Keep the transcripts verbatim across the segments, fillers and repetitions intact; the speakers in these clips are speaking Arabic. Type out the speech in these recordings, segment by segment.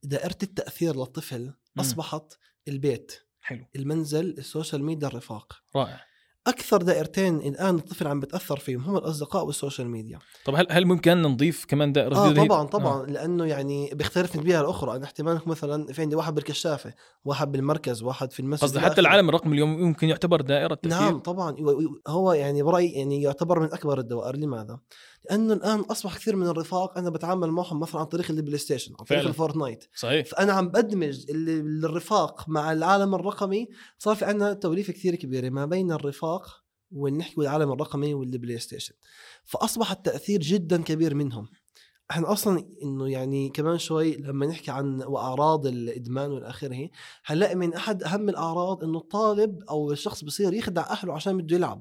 دائرة التأثير للطفل أصبحت البيت، حلو، المنزل، السوشيال ميديا، الرفاق. رائع. أكثر دائرتين الآن الطفل عم بتأثر فيهم هم الأصدقاء والسوشيال ميديا. طب هل هل ممكن نضيف كمان دائرة آه جديدة؟ طبعا طبعا آه. لأنه يعني بيختلف من بيئة لأخرى. أنا احتمالك مثلا في عندي واحد بالكشافة، واحد بالمركز، واحد في المسجد. قصدي حتى العالم الرقمي اليوم يمكن يعتبر دائرة تأثير. نعم طبعا، هو يعني برأي يعني يعتبر من أكبر الدوائر. لماذا؟ لأنه الآن أصبح كثير من الرفاق أنا بتعامل معهم مثلا عن طريق البلاي ستيشن، عن طريق الفورتنايت. صحيح. فأنا عم بدمج الرفاق مع العالم الرقمي. صار في عنا توليفة كثير كبيرة ما بين الرفاق والنحكي والعالم الرقمي والبلاي ستيشن، فأصبح التأثير جدا كبير منهم. احنا اصلا انه يعني كمان شوي لما نحكي عن واعراض الادمان والاخره، هنلاقي من احد اهم الاعراض انه الطالب او الشخص بصير يخدع اهله عشان بده يلعب.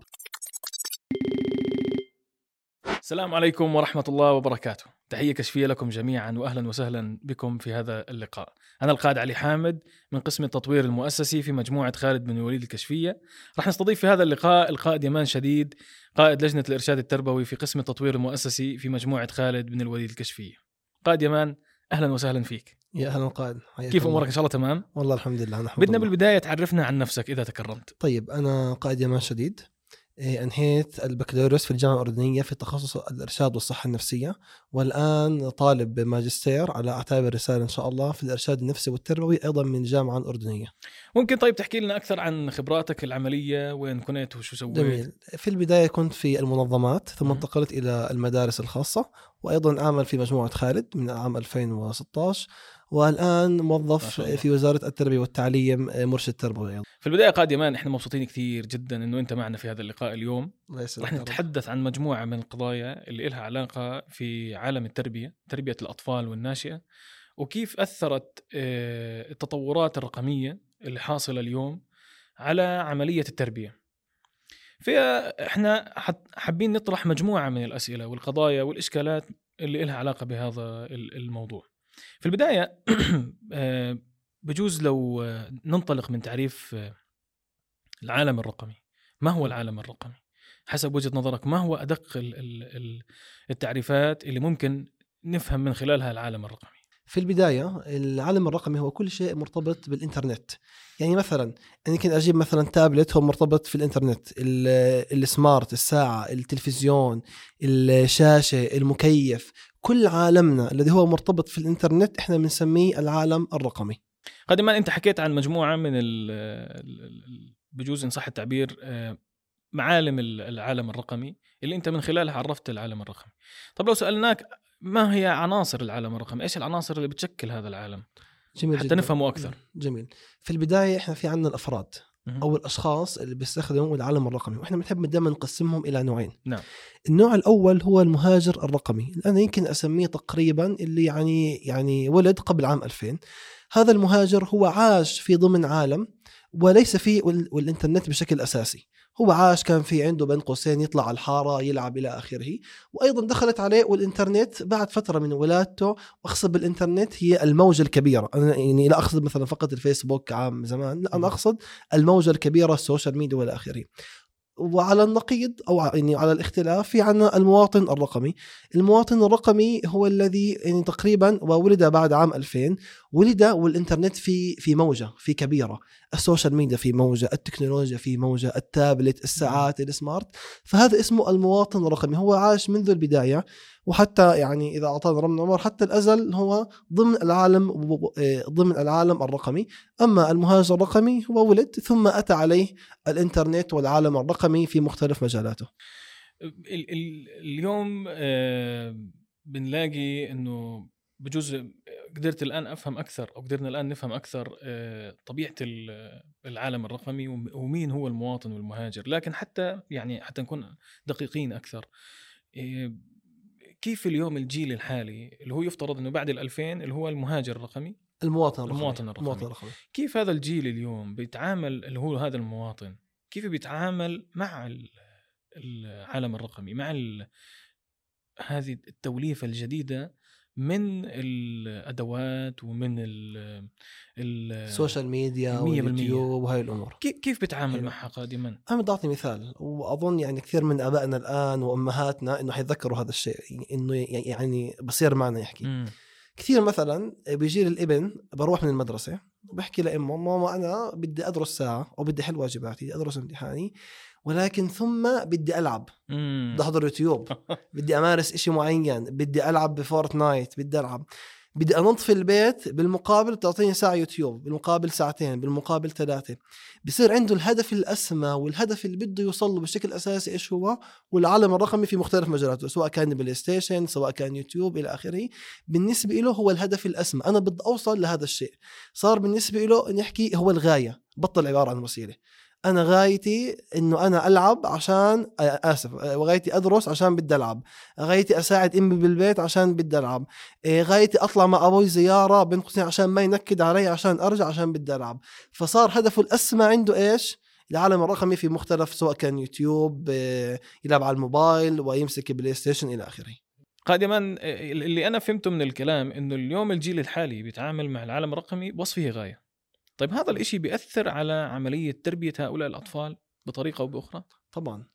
السلام عليكم ورحمة الله وبركاته. تحية كشفية لكم جميعا وأهلا وسهلا بكم في هذا اللقاء. أنا القائد علي حامد من قسم التطوير المؤسسي في مجموعة خالد بن الوليد الكشفية. رح نستضيف في هذا اللقاء القائد يمان شديد، قائد لجنة الإرشاد التربوي في قسم التطوير المؤسسي في مجموعة خالد بن الوليد الكشفية. قائد يمان أهلا وسهلا فيك. يا أهلا قائد، كيف أمورك؟ إن شاء الله تمام؟ والله الحمد لله. بدنا بالبداية تعرفنا عن نفسك إذا تكرمت. طيب، أنا قائد يمان شديد، أنهيت البكالوريوس في الجامعة الأردنية في تخصص الإرشاد والصحة النفسية، والآن طالب ماجستير على أعتاب الرسالة إن شاء الله في الإرشاد النفسي والتربوي أيضا من الجامعة الأردنية. ممكن طيب تحكي لنا أكثر عن خبراتك العملية، وين كنت وشو سويت؟ جميل. في البداية كنت في المنظمات، ثم انتقلت إلى المدارس الخاصة، وأيضا أعمل في مجموعة خالد من عام ألفين وستة عشر، والآن موظف في وزارة التربية والتعليم مرشد تربوي. في البداية قائد يمان، إحنا مبسوطين كثير جدا إنه أنت معنا في هذا اللقاء اليوم. رح نتحدث عن مجموعة من القضايا اللي لها علاقة في عالم التربية، تربية الأطفال والناشئة، وكيف أثرت التطورات الرقمية اللي حاصلة اليوم على عملية التربية. فيها إحنا حابين نطرح مجموعة من الأسئلة والقضايا والإشكالات اللي لها علاقة بهذا الموضوع. في البداية بجوز لو ننطلق من تعريف العالم الرقمي. ما هو العالم الرقمي حسب وجهة نظرك؟ ما هو أدق التعريفات اللي ممكن نفهم من خلالها العالم الرقمي؟ في البداية العالم الرقمي هو كل شيء مرتبط بالإنترنت. يعني مثلا أنا كنت أجيب مثلا تابلت هو مرتبط في الإنترنت، السمارت، الساعة، التلفزيون، الشاشة، المكيف، كل عالمنا الذي هو مرتبط في الإنترنت إحنا بنسميه العالم الرقمي. قدما أنت حكيت عن مجموعة من بجوز إن صح التعبير معالم العالم الرقمي اللي أنت من خلالها عرفت العالم الرقمي. طب لو سألناك ما هي عناصر العالم الرقمي؟ إيش العناصر اللي بتشكل هذا العالم؟ جميل حتى جدا. نفهمه أكثر. جميل. في البداية إحنا في عنا الأفراد أو الأشخاص اللي بيستخدموا العالم الرقمي، وإحنا بنحب دائما نقسمهم إلى نوعين. نعم. النوع الأول هو المهاجر الرقمي، أنا يمكن أسميه تقريبا اللي يعني يعني ولد قبل عام ألفين. هذا المهاجر هو عاش في ضمن عالم وليس فيه والإنترنت بشكل أساسي. هو عاش كان في عنده بين قوسين يطلع على الحارة يلعب إلى آخره، وأيضا دخلت عليه والإنترنت بعد فترة من ولادته. وأقصد بالإنترنت هي الموجة الكبيرة، أنا يعني لا أقصد مثلا فقط الفيسبوك عام زمان، لا أنا أقصد الموجة الكبيرة، السوشيال ميديا والى آخره. وعلى النقيض أو يعني على الاختلاف في عنا المواطن الرقمي. المواطن الرقمي هو الذي يعني تقريبا وولد بعد عام ألفين، ولد والإنترنت في في موجة في كبيرة، السوشيال ميديا في موجة، التكنولوجيا في موجة، التابلت، الساعات، السمارت. فهذا اسمه المواطن الرقمي، هو عاش منذ البداية، وحتى يعني إذا أعطانا رمز عمر حتى الأزل هو ضمن العالم ضمن العالم الرقمي. أما المهاجر الرقمي هو ولد ثم أتى عليه الإنترنت والعالم الرقمي في مختلف مجالاته. اليوم بنلاقي إنه بجوز قدرت الآن أفهم أكثر أو قدرنا الآن نفهم أكثر طبيعة العالم الرقمي ومين هو المواطن والمهاجر. لكن حتى يعني حتى نكون دقيقين أكثر، كيف اليوم الجيل الحالي اللي هو يفترض أنه بعد الألفين اللي هو المهاجر الرقمي، المواطن الرقمي, المواطن الرقمي. المواطن الرقمي. كيف هذا الجيل اليوم بيتعامل، اللي هو هذا المواطن، كيف بيتعامل مع العالم الرقمي، مع هذه التوليفة الجديدة من الأدوات ومن السوشيال ميديا واليوتيوب وهاي الأمور؟ كيف بتعامل معها قادما؟ أنا بدي أعطي مثال، وأظن يعني كثير من أبائنا الآن وأمهاتنا إنه حيتذكروا هذا الشيء، إنه يعني بصير معنا يحكي. م. كثير مثلا بيجي الابن بروح من المدرسة وبحكي لأمه ماما أنا بدي أدرس ساعة أو بدي أحل واجباتي أدرس امتحاني ولكن ثم بدي ألعب بدي أحضر يوتيوب بدي أمارس إشي معين بدي ألعب بفورتنايت بدي ألعب بدي أنظف البيت بالمقابل تعطيني ساعة يوتيوب بالمقابل ساعتين بالمقابل ثلاثة. بصير عنده الهدف الأسمى والهدف اللي بده يوصله بشكل أساسي إيش هو والعالم الرقمي في مختلف مجالاته سواء كان بلاي ستيشن سواء كان يوتيوب إلى آخره. بالنسبة له هو الهدف الأسمى أنا بدي أوصل لهذا الشيء. صار بالنسبة له نحكي هو الغاية بطل عبارة عن وسيلة. أنا غايتي إنه أنا ألعب عشان آسف غايتي أدرس عشان بدي ألعب غايتي أساعد أمي بالبيت عشان بدي ألعب غايتي أطلع مع أبوي زيارة بين قوسين عشان ما ينكد علي عشان أرجع عشان بدي ألعب. فصار هدفه الأسمى عنده إيش العالم الرقمي في مختلف سواء كان يوتيوب يلعب على الموبايل ويمسك بلاي ستيشن إلى آخره. قادما اللي أنا فهمته من الكلام إنه اليوم الجيل الحالي بيتعامل مع العالم الرقمي بوصفه غاية. طيب هذا الاشي بيأثر على عملية تربية هؤلاء الأطفال بطريقة أو بأخرى؟ طبعا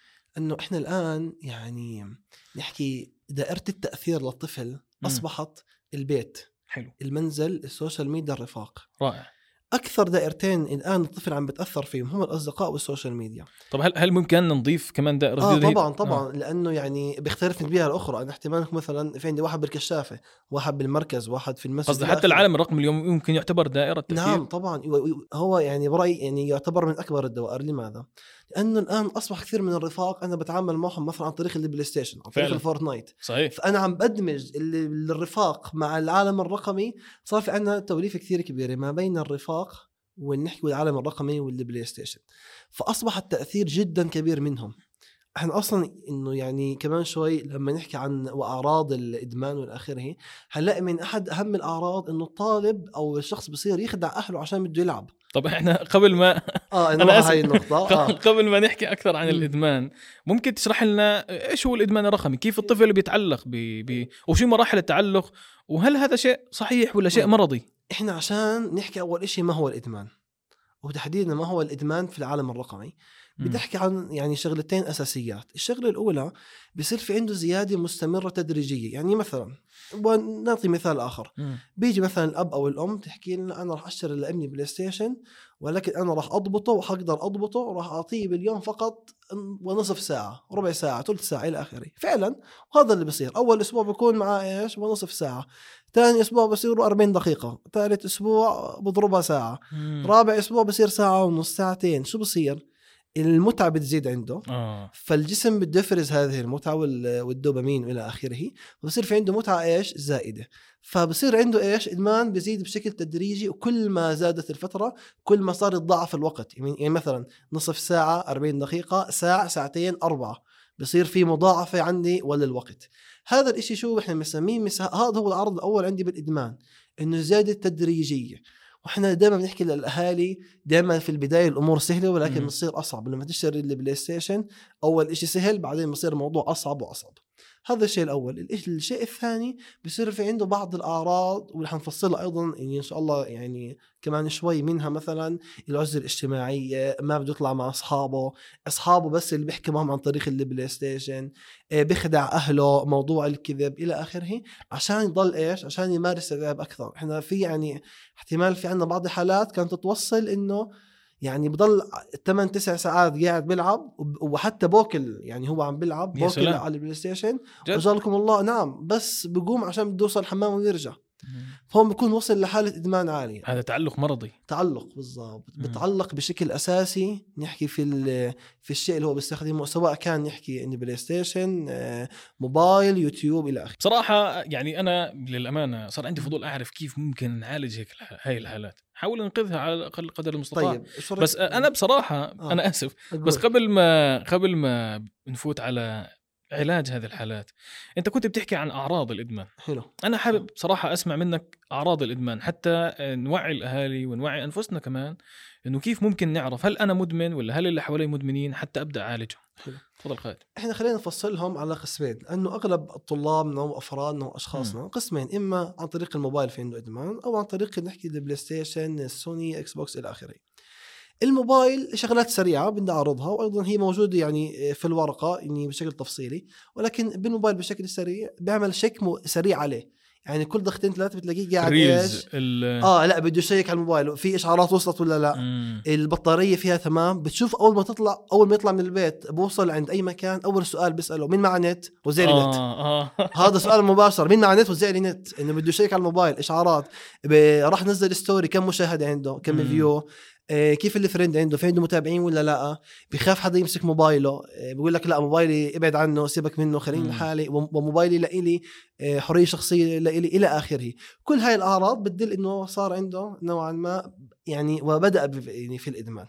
إنه إحنا الآن يعني نحكي دائرة التأثير للطفل أصبحت البيت حلو. المنزل السوشيال ميديا الرفاق. رائع. أكثر دائرتين الآن الطفل عم بتأثر فيهم هم الأصدقاء والسوشيال ميديا. طب هل هل ممكن نضيف كمان دائرة آه جديدة؟ طبعا طبعا آه. لأنه يعني بيختلف من بيئة الأخرى. أنا احتمالك مثلا في عندي واحد بالكشافة واحد بالمركز واحد في المسجد. قصدي حتى العالم الرقمي اليوم يمكن يعتبر دائرة تأثير. نعم طبعا هو يعني برأيي يعني يعتبر من أكبر الدوائر. لماذا؟ لأنه الآن أصبح كثير من الرفاق أنا بتعامل معهم مثلا عن طريق البلاي ستيشن عن طريق الفورتنايت. صحيح. فأنا عم بدمج الرفاق مع العالم الرقمي. صار في عنا توليفة كثير كبيرة ما بين الرفاق ونحكي العالم الرقمي والبلاي ستيشن. فأصبح التأثير جدا كبير منهم. احنا اصلا انه يعني كمان شوي لما نحكي عن واعراض الادمان والاخره هنلاقي من احد اهم الاعراض انه الطالب او الشخص بصير يخدع اهله عشان بده يلعب. طب احنا قبل ما اه انا هاي النقطه آه. قبل ما نحكي اكثر عن الادمان ممكن تشرح لنا ايش هو الادمان الرقمي؟ كيف الطفل بيتعلق ب ب وشو مراحل التعلق وهل هذا شيء صحيح ولا شيء مرضي؟ احنا عشان نحكي اول إشي ما هو الادمان وتحديدا ما هو الادمان في العالم الرقمي بدي أحكي عن يعني شغلتين أساسيات. الشغلة الأولى بيصير في عنده زيادة مستمرة تدريجية. يعني مثلا ونعطي مثال آخر م. بيجي مثلا الأب أو الأم تحكي لنا أنا راح أشتري لابني بلاي ستيشن ولكن أنا راح أضبطه وحقدر أضبطه وراح أعطيه باليوم فقط ونصف ساعة ربع ساعة ثلث ساعة إلى آخره. فعلا وهذا اللي بيصير. أول أسبوع بيكون معاه إيش ونصف ساعة ثاني أسبوع بصير أربعين دقيقة ثالث أسبوع بضربها ساعة م. رابع أسبوع بصير ساعة ونص ساعتين. شو بصير؟ المتعة بتزيد عنده آه. فالجسم بده يفرز هذه المتعة والدوبامين وإلى آخره فبصير في عنده متعة إيش زائدة. فبصير عنده إيش إدمان بيزيد بشكل تدريجي وكل ما زادت الفترة كل ما صار يتضاعف الوقت. يعني مثلا نصف ساعة أربعين دقيقة ساعة ساعتين أربعة بصير في مضاعفة عندي ولا الوقت. هذا الإشي شو إحنا بنسميه مسا... هذا هو العرض الأول عندي بالإدمان إنه زيادة تدريجية. وإحنا دائما بنحكي للأهالي دائما في البداية الأمور سهلة ولكن بتصير أصعب. لما تشتري البلاي ستيشن أول إشي سهل بعدين بصير الموضوع أصعب وأصعب. هذا الشيء الأول. الشيء الثاني بيصير في عنده بعض الأعراض واللي حنفصلها أيضا يعني إن شاء الله يعني كمان شوي منها. مثلا العزلة الاجتماعية ما بده يطلع مع أصحابه أصحابه بس اللي بيحكي معهم عن طريق البلاي ستيشن بيخدع أهله موضوع الكذب إلى آخره عشان يضل إيش عشان يمارس اللعب أكثر. إحنا في يعني احتمال في عنا بعض الحالات كانت تتوصل إنه يعني بضل ثمانية تسع ساعات قاعد بيلعب وحتى بوكل يعني هو عم بيلعب بوكل على البلاي ستيشن وجزاكم الله. نعم بس بيقوم عشان بده يوصل الحمام ويرجع. فهم بيكون وصل لحالة إدمان عالية. هذا تعلق مرضي. تعلق بالضبط. بتعلق بشكل أساسي نحكي في في الشيء اللي هو بيستخدمه سواء كان نحكي إن بلاي ستيشن موبايل يوتيوب إلى آخره. بصراحة يعني أنا للأمانة صار عندي فضول أعرف كيف ممكن نعالج هيك هاي الحالات. حاول ننقذها على الأقل قدر المستطاع. طيب. بس أنا بصراحة آه. أنا آسف أقول. بس قبل ما قبل ما نفوت على علاج هذه الحالات انت كنت بتحكي عن اعراض الادمان. حلو. انا حابب صراحه اسمع منك اعراض الادمان حتى نوعي الاهالي ونوعي انفسنا كمان انه كيف ممكن نعرف هل انا مدمن ولا هل اللي حوالي مدمنين حتى ابدا اعالجهم. تفضل خالد. احنا خلينا نفصلهم على قسمين لانه اغلب الطلابنا وافرادنا واشخاصنا م. قسمين اما عن طريق الموبايل في عنده ادمان او عن طريق نحكي البلاي ستيشن السوني اكس بوكس الى اخره. الموبايل شغلات سريعة بدنا نعرضها وأيضا هي موجودة يعني في الورقة يعني بشكل تفصيلي ولكن بالموبايل بشكل سريع بيعمل شك سريع عليه. يعني كل دقيقتين ثلاثه بتلاقيه قاعد ايش اه لا بده يشيك على الموبايل في اشعارات وصلت ولا لا. مم. البطاريه فيها تمام. بتشوف اول ما تطلع اول ما يطلع من البيت بوصل عند اي مكان اول سؤال بيساله مين مع نت وزي لي نت. آه آه. هذا سؤال مباشر مين مع نت وزي لي نت انه بده يشيك على الموبايل اشعارات راح نزل ستوري كم مشاهده عنده كم مم. فيو كيف الفريند عنده في عنده متابعين ولا لا. بيخاف حدا يمسك موبايله بيقول لك لا موبايلي ابعد عنه سيبك منه خليني لحالي وموبايلي لإلي حرية شخصية لإلي إلى آخره. كل هاي الأعراض بتدل إنه صار عنده نوعا ما يعني وبدأ يعني في الإدمان.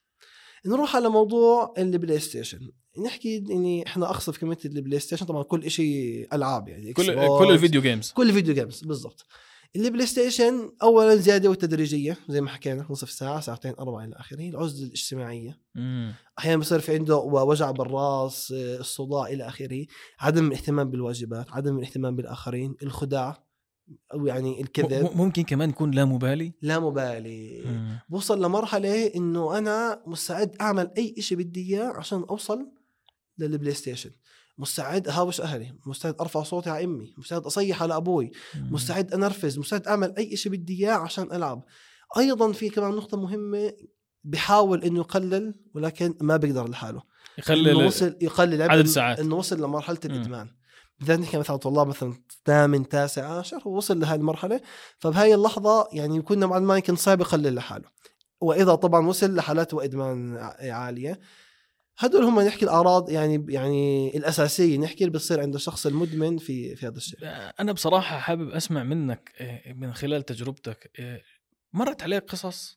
نروح على موضوع البلاي ستيشن نحكي إني إحنا أخصف كمية البلاي ستيشن طبعا كل إشي ألعاب يعني كل كل الفيديو جيمز كل الفيديو جيمز بالضبط. البلاي ستيشن اولا زياده وتدريجيه زي ما حكينا نصف ساعه ساعتين اربعه الى اخره. العزله الاجتماعيه مم. احيانا بصير في عنده وجع بالراس الصداع الى اخره. عدم الاهتمام بالواجبات عدم الاهتمام بالاخرين الخداع او يعني الكذب. ممكن كمان يكون لا مبالي لا مبالي مم. بوصل لمرحله انه انا مستعد اعمل اي شيء بدي اياه عشان اوصل للبلاي ستيشن. مستعد اهاوش اهلي مستعد ارفع صوتي على امي مستعد اصيح على ابوي مم. مستعد انرفز مستعد اعمل اي شيء بدي اياه عشان العب. ايضا في كمان نقطه مهمه بحاول انه يقلل ولكن ما بيقدر لحاله يقلل وصل يقلل عدد الساعات انه وصل لمرحله الادمان. بالذات نحكي مثلا طلاب مثلا ثامن تاسع عشر ووصل لهذه المرحله فبهاي اللحظه يعني كنا مع ما يمكن صعب يقلل لحاله. واذا طبعا وصل لحالات وادمان عاليه هدول هم نحكي الأعراض يعني يعني الأساسية نحكي اللي بتصير عند الشخص المدمن في في هذا الشيء. أنا بصراحة حابب أسمع منك من خلال تجربتك مرت عليك قصص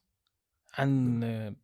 عن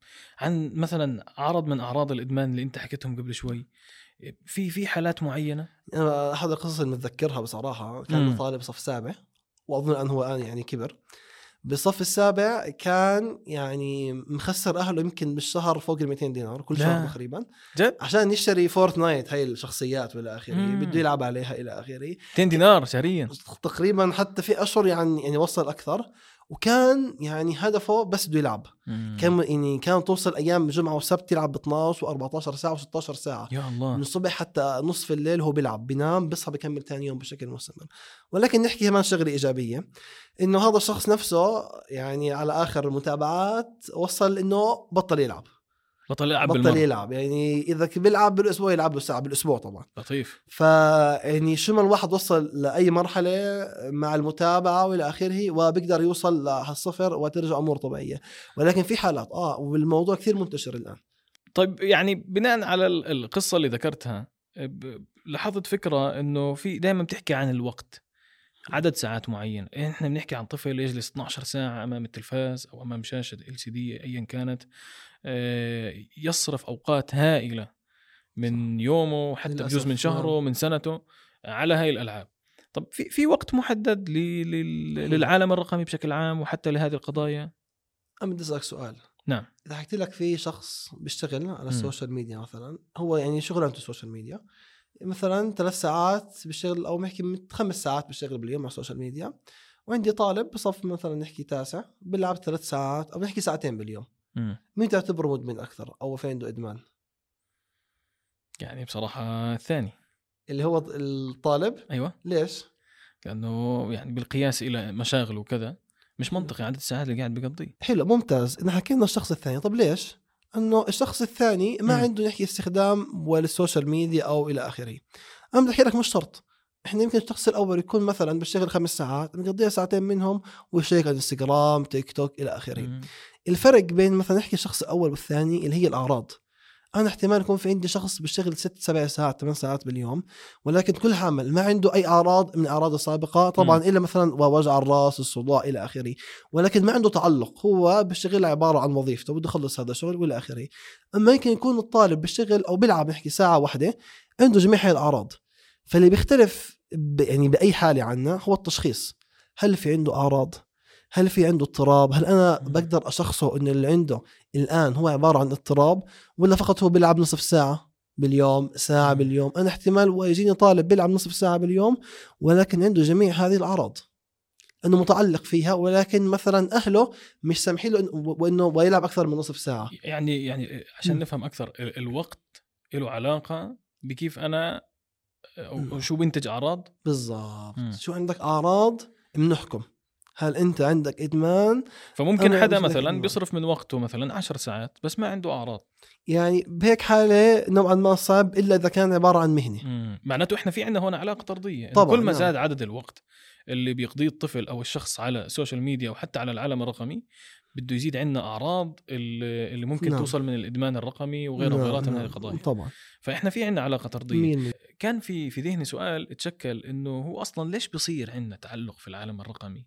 عن مثلا عرض من أعراض الإدمان اللي أنت حكيتهم قبل شوي في في حالات معينة. أنا أحد القصص اللي متذكرها بصراحة كان طالب صف سابع وأظن أنه هو الآن يعني كبر. بالصف السابع كان يعني مخسر أهله يمكن بالشهر فوق المئتين دينار كل شهر تقريبا جد عشان يشتري فورتنايت هاي الشخصيات والى آخره بده يلعب عليها إلى آخره. مئتين دينار شهريا تقريبا حتى في أشهر يعني يعني وصل أكثر. وكان يعني هدفه بس بده يلعب. كان يعني كان توصل أيام جمعة وسبت يلعب ب اثناشر وأربعة عشر ساعة وستة عشر ساعة يا الله من الصبح حتى نصف الليل هو بيلعب بينام بيصحى بيكمل تاني يوم بشكل مستمر. ولكن نحكي كمان شغلة إيجابية إنه هذا الشخص نفسه يعني على آخر المتابعات وصل إنه بطل يلعب بطل يلعب بطل يلعب يعني إذا بيلعب بالأسبوع يلعب له ساعة بالأسبوع طبعا. لطيف. فيعني شو ما الواحد وصل لأي مرحلة مع المتابعة وإلى آخره وبيقدر يوصل للصفر وترجع أمور طبيعية. ولكن في حالات آه والموضوع كثير منتشر الآن. طيب يعني بناء على القصة اللي ذكرتها لاحظت فكرة إنه في دائما بتحكي عن الوقت عدد ساعات معين. إحنا بنحكي عن طفل يجلس اثنا عشر ساعة أمام التلفاز أو أمام شاشة إل سي دي أيا كانت يصرف أوقات هائلة من يومه حتى بجزء من شهره من سنته على هاي الألعاب. طب في في وقت محدد للعالم الرقمي بشكل عام وحتى لهذه القضايا؟ أنا بدي أسألك سؤال. نعم. إذا حكيت لك في شخص بيشتغل على السوشيال ميديا مثلا هو يعني شغلانته السوشيال ميديا مثلا ثلاث ساعات بيشتغل أو نحكي خمس ساعات بيشتغل باليوم على السوشيال ميديا. وعندي طالب بصف مثلا نحكي تاسع بيلعب ثلاث ساعات أو نحكي ساعتين باليوم. م. مين تعتبره مدمن أكثر أو في عنده إدمان؟ يعني بصراحة الثاني اللي هو الطالب. أيوة. ليش؟ لأنه يعني بالقياس إلى مشاغل وكذا مش منطقي عدد الساعات اللي قاعد بيقضيه. حلو ممتاز. إذا حكينا الشخص الثاني طب ليش؟ أنه الشخص الثاني ما م. عنده نحكي استخدام والسوشيال ميديا أو إلى آخره. أنا بدي أحكي لك مش شرط. إحنا يمكن الشخص الأول يكون مثلا بيشتغل خمس ساعات نقضيها ساعتين منهم ويشيك على انستغرام تيك توك إلى آخره. م. الفرق بين مثلا نحكي الشخص الأول والثاني اللي هي الأعراض. أنا احتمال يكون في عندي شخص بيشتغل ست سبع ساعات ثمان ساعات باليوم ولكن كل عمل ما عنده أي أعراض من الأعراض السابقة طبعا م. إلا مثلا وجع الرأس الصداع إلى آخره. ولكن ما عنده تعلق هو بيشتغل عبارة عن وظيفته بده يخلص هذا الشغل وإلى آخره. أما يمكن يكون الطالب بيشتغل أو بيلعب نحكي ساعة واحدة عنده جميع هاي الأعراض. فاللي بيختلف ب... يعني بأي حالة عنا هو التشخيص. هل في عنده أعراض؟ هل في عنده اضطراب؟ هل أنا بقدر أشخصه إن اللي عنده الآن هو عبارة عن اضطراب ولا فقط هو بيلعب نصف ساعة باليوم ساعة باليوم؟ أنا احتمال ويجيني طالب بيلعب نصف ساعة باليوم ولكن عنده جميع هذه الأعراض أنه متعلق فيها ولكن مثلا أهله مش سامحين له وإنه ويلعب أكثر من نصف ساعة. يعني يعني عشان م. نفهم أكثر الوقت له علاقة بكيف أنا وشو بينتج اعراض بالضبط. شو عندك اعراض بنحكم هل انت عندك ادمان. فممكن حدا مثلا بيصرف من وقته مثلا عشر ساعات بس ما عنده اعراض، يعني بهيك حاله نوعا ما صعب الا اذا كان عباره عن مهنه. مم. معناته احنا في عندنا هون علاقه طرديه. طبعا كل ما زاد نعم. عدد الوقت اللي بيقضيه الطفل او الشخص على السوشيال ميديا وحتى على العالم الرقمي بده يزيد عندنا اعراض اللي ممكن نعم. توصل من الادمان الرقمي وغيره نعم. وغيرها نعم. من هذه القضايا. طبعا فاحنا في عندنا علاقه طرديه. مين. كان في في ذهني سؤال تشكل انه هو اصلا ليش بيصير عندنا تعلق في العالم الرقمي؟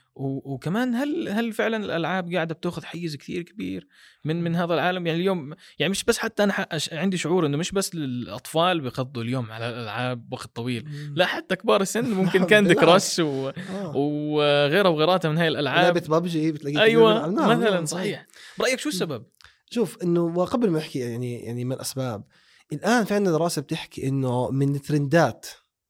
وكمان هل هل فعلا الالعاب قاعده بتاخذ حيز كثير كبير من من هذا العالم؟ يعني اليوم يعني مش بس حتى انا عندي شعور انه مش بس الاطفال بيقضوا اليوم على الالعاب وقت طويل، لا حتى كبار السن ممكن كان كراش و... وغيرها وغيراتها من هاي الالعاب. لعبه ببجي بتلاقي ايوه نعم مثلا نعم. صحيح. برايك شو السبب؟ شوف انه وقبل ما احكي يعني يعني ما الاسباب، الان في عندنا دراسه بتحكي انه من الترندات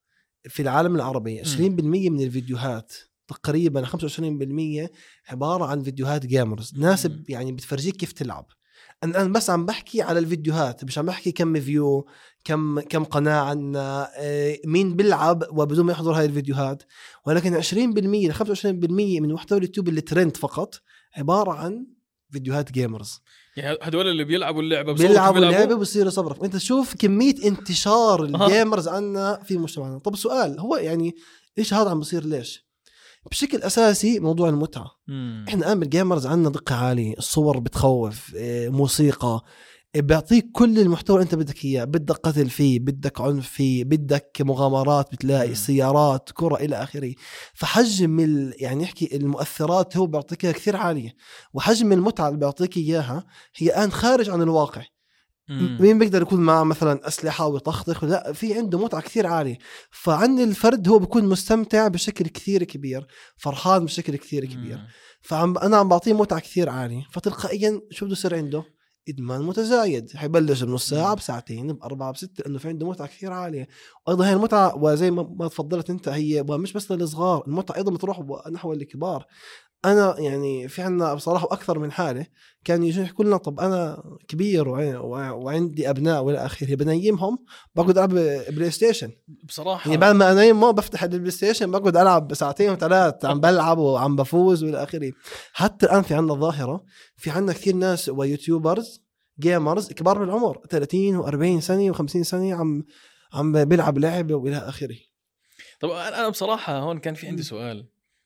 في العالم العربي عشرين بالمية من الفيديوهات تقريبا خمسة وعشرين بالمية عباره عن فيديوهات جيمرز، ناس يعني بتفرجيك كيف تلعب. انا بس عم بحكي على الفيديوهات، مش عم بحكي كم فيو كم كم قناه عنا مين بيلعب وبدون ما يحضر هاي الفيديوهات. ولكن عشرين بالمية ل خمسة وعشرين بالمية من محتوى اليوتيوب اللي ترند فقط عباره عن فيديوهات جيمرز. يعني هدول اللي بيلعبوا اللعبه بيلعبوا اللعبه بصيروا صبرف. انت تشوف كميه انتشار الجيمرز عنا في مجتمعنا. طب السؤال هو يعني ايش هذا عم بصير؟ ليش؟ بشكل اساسي موضوع المتعه. مم. احنا الان بالجيمرز عنا دقه عاليه، الصور بتخوف، موسيقى، بيعطيك كل المحتوى اللي انت بدك اياه. بدك قتل فيه، بدك عنف فيه، بدك مغامرات بتلاقي، مم. سيارات، كرة الى اخره. فحجم ال... يعني نحكي المؤثرات هو بيعطيكها كثير عاليه، وحجم المتعه اللي بيعطيك اياها هي الان خارج عن الواقع. مم. مين بيقدر يكون معه مثلا أسلحة ويطخطخ؟ لا، في عنده متعة كثير عالية. فعن الفرد هو بيكون مستمتع بشكل كثير كبير، فرحان بشكل كثير كبير. مم. فعم أنا عم بعطيه متعة كثير عالية، فتلقائيا شو بده يصير عنده؟ إدمان متزايد. حيبلش بنص ساعة، بساعتين، بأربعة، بستة، لأنه في عنده متعة كثير عالية. وأيضا هي المتعة وزي ما تفضلت أنت هي مش بس للصغار، المتعة أيضا بتروح نحو الكبار. أنا يعني في عنا بصراحة أكثر من حالة كان يجي يحكوا لنا طب أنا كبير وعندي أبناء وإلى آخره، بنيمهم بقعد ألعب بلاي ستيشن. بصراحة يعني بعد ما أنيم ما بفتح البلاي ستيشن بقعد ألعب ساعتين وثلاث عم بلعب وعم بفوز وإلى آخره. حتى الآن في عنا ظاهرة، في عنا كثير ناس ويوتيوبرز جيمرز كبار بالعمر ثلاثين وأربعين سنة وخمسين سنة عم عم بيلعب لعبة وإلى آخره. طب أنا بصراحة هون كان في عندي سؤال،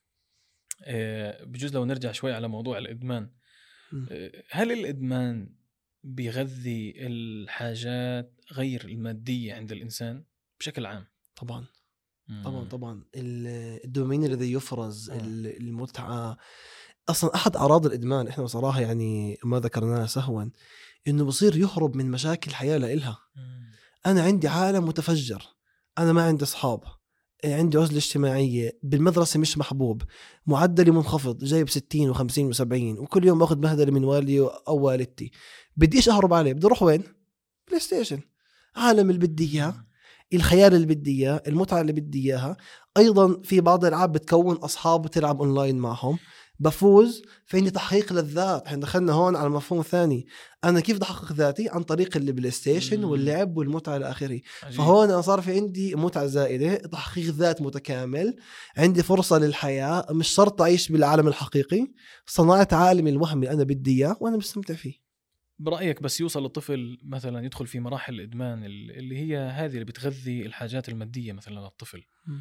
بجوز لو نرجع شوي على موضوع الإدمان. هل الإدمان بيغذي الحاجات غير المادية عند الإنسان بشكل عام؟ طبعا طبعا طبعا الدوبامين الذي يفرز، آه. المتعة. أصلا أحد أعراض الإدمان إحنا بصراحة يعني ما ذكرناها سهوا، إنه بصير يهرب من مشاكل الحياة لإلها. أنا عندي عالم متفجر، أنا ما عندي أصحاب، عندي عزلة اجتماعية، بالمدرسة مش محبوب، معدلي منخفض، جايب ستين وخمسين وسبعين، وكل يوم باخذ بهدلة من والدي أو والدتي. بديش أهرب عليه، بدي أروح وين؟ بلاي ستيشن. عالم اللي بدي إياه، الخيال اللي بدي إياه، المتعة اللي بدي إياها. أيضا في بعض الألعاب بتكون أصحاب وتلعب أونلاين معهم، بفوز، فإني تحقيق للذات. احنا دخلنا هون على مفهوم ثاني، أنا كيف بحقق ذاتي؟ عن طريق البلاي ستيشن واللعب والمتعة الآخري. فهون أنا صار في عندي متعة زائدة، تحقيق ذات متكامل، عندي فرصة للحياة، مش شرط أعيش بالعالم الحقيقي، صناعة عالم الوهمي أنا بدي إياه وأنا مستمتع فيه. برأيك بس يوصل الطفل مثلا يدخل في مراحل الإدمان اللي هي هذه اللي بتغذي الحاجات المادية مثلا للطفل،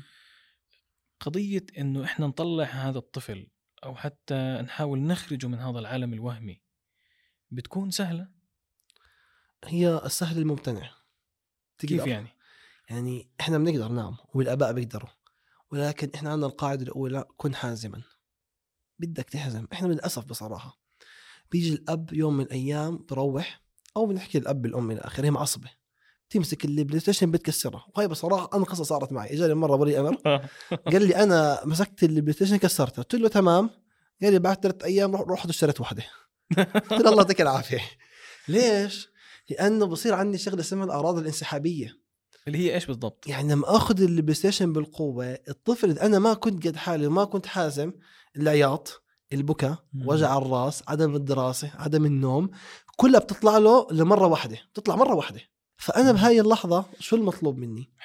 قضية إنه إحنا نطلع هذا الطفل أو حتى نحاول نخرجه من هذا العالم الوهمي بتكون سهلة؟ هي السهل الممتنع. كيف يعني؟ يعني إحنا بنقدر، نعم، والآباء بيقدروا، ولكن إحنا عندنا القاعدة الأولى، كن حازما. بدك تحزم. إحنا للأسف بصراحة بيجي الأب يوم من الأيام بروح، أو بنحكي الأب الأم إلى آخره، معصبة، تمسك البلاي ستيشن بتكسرها. وهي بصراحة أنا قصة صارت معي. إجاني مرة ولي أمر قال لي أنا مسكت البلاي ستيشن كسرتها. قلت له تمام. قال لي بعد ثلاثة أيام رحت اشتريت واحدة. قلت له الله يعطيك العافية. ليش؟ لأنه بصير عندي شغلة اسمها الأعراض الانسحابية، اللي هي إيش بالضبط؟ يعني لما أخذ البلاي ستيشن بالقوة، الطفل إذا أنا ما كنت قد حالي وما كنت حازم، العياط، البكاء، وجع الراس، عدم الدراسة، عدم النوم، كلها بتطلع له لمرة واحدة، بتطلع مرة واحدة. فأنا بهاي اللحظة شو المطلوب مني؟ حلو.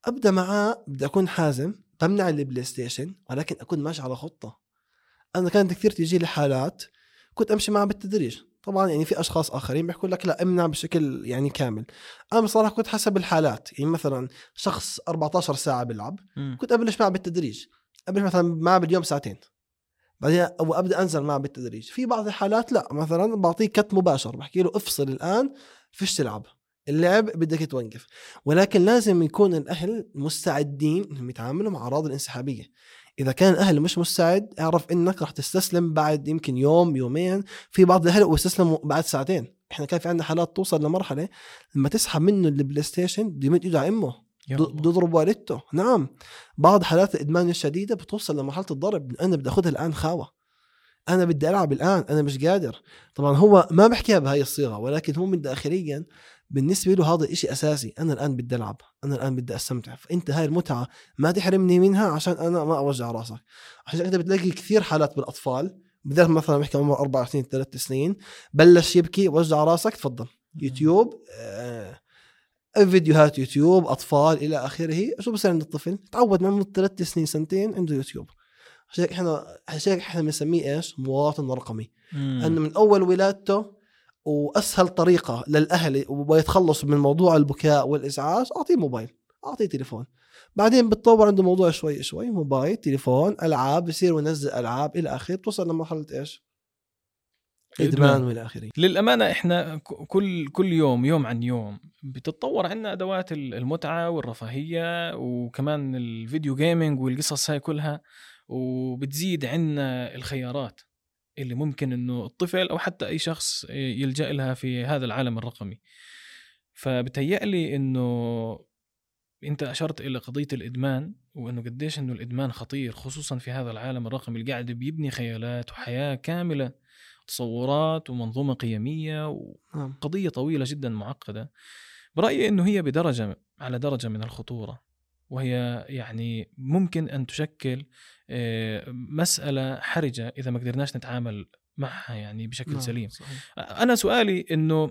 ابدا معاه بدي اكون حازم، بمنع البلاي ستيشن، ولكن اكون ماشي على خطه. انا كانت كثير تيجي لي حالات كنت امشي معها بالتدريج. طبعا يعني في اشخاص اخرين بيحكوا لك لا امنع بشكل يعني كامل. انا بصراحه كنت حسب الحالات، يعني مثلا شخص أربعة عشر ساعه بيلعب كنت ابلش معه بالتدريج، ابلش مثلا معه باليوم ساعتين بعدين او ابدا انزل معه بالتدريج. في بعض الحالات لا، مثلا بعطيه كت مباشر، بحكي له افصل الان، فيش تلعب، اللعب بدك توقف. ولكن لازم يكون الاهل مستعدين انهم يتعاملوا مع اعراض الانسحابيه. اذا كان الاهل مش مستعد، اعرف انك راح تستسلم بعد يمكن يوم يومين. في بعض الاهل واستسلموا بعد ساعتين. احنا كان في عندنا حالات توصل لمرحله لما تسحب منه البلاي ستيشن بده يمد ايده على امه، بده يضرب والدته. نعم، بعض حالات الادمان الشديده بتوصل لمرحله الضرب. انا بدي اخذها الان خاوه، انا بدي العب الان، انا مش قادر. طبعا هو ما بحكيها بهاي الصيغه، ولكن هو من داخليا بالنسبه له هذا الاشي اساسي. انا الان بدي العب، انا الان بدي استمتع، فانت هاي المتعه ما تحرمني منها عشان انا ما اوجع راسك. عشان انت بتلاقي كثير حالات بالاطفال، بدل مثلا بحكي عمره أربع سنين ثلاث سنين بلش يبكي وجع راسك، تفضل يوتيوب، آه فيديوهات يوتيوب اطفال الى اخره. شو بصير عند الطفل؟ تعود من ثلاث سنين سنتين عنده يوتيوب. عشان احنا عشان احنا بنسميه ايش؟ مواطن رقمي. انه من اول ولادته واسهل طريقه للاهل ويتخلصوا من موضوع البكاء والازعاج، اعطيه موبايل، اعطيه تليفون. بعدين بتطور عنده موضوع شوي شوي، موبايل، تليفون، العاب، بصير ينزل العاب الى اخره، توصل لمرحله ايش؟ ادمان والى اخره. للامانه احنا كل كل يوم يوم عن يوم بتتطور عندنا ادوات المتعه والرفاهيه، وكمان الفيديو جيمينج والقصص هاي كلها، وبتزيد عندنا الخيارات اللي ممكن انه الطفل او حتى اي شخص يلجأ لها في هذا العالم الرقمي. فبتهيألي انه انت اشرت الى قضيه الادمان، وانه قديش انه الادمان خطير خصوصا في هذا العالم الرقمي اللي قاعد بيبني خيالات وحياه كامله، تصورات ومنظومه قيميه وقضيه طويله جدا معقده. برايي انه هي بدرجه على درجه من الخطوره، وهي يعني ممكن أن تشكل مسألة حرجة إذا ما قدرناش نتعامل معها يعني بشكل سليم. صحيح. أنا سؤالي إنه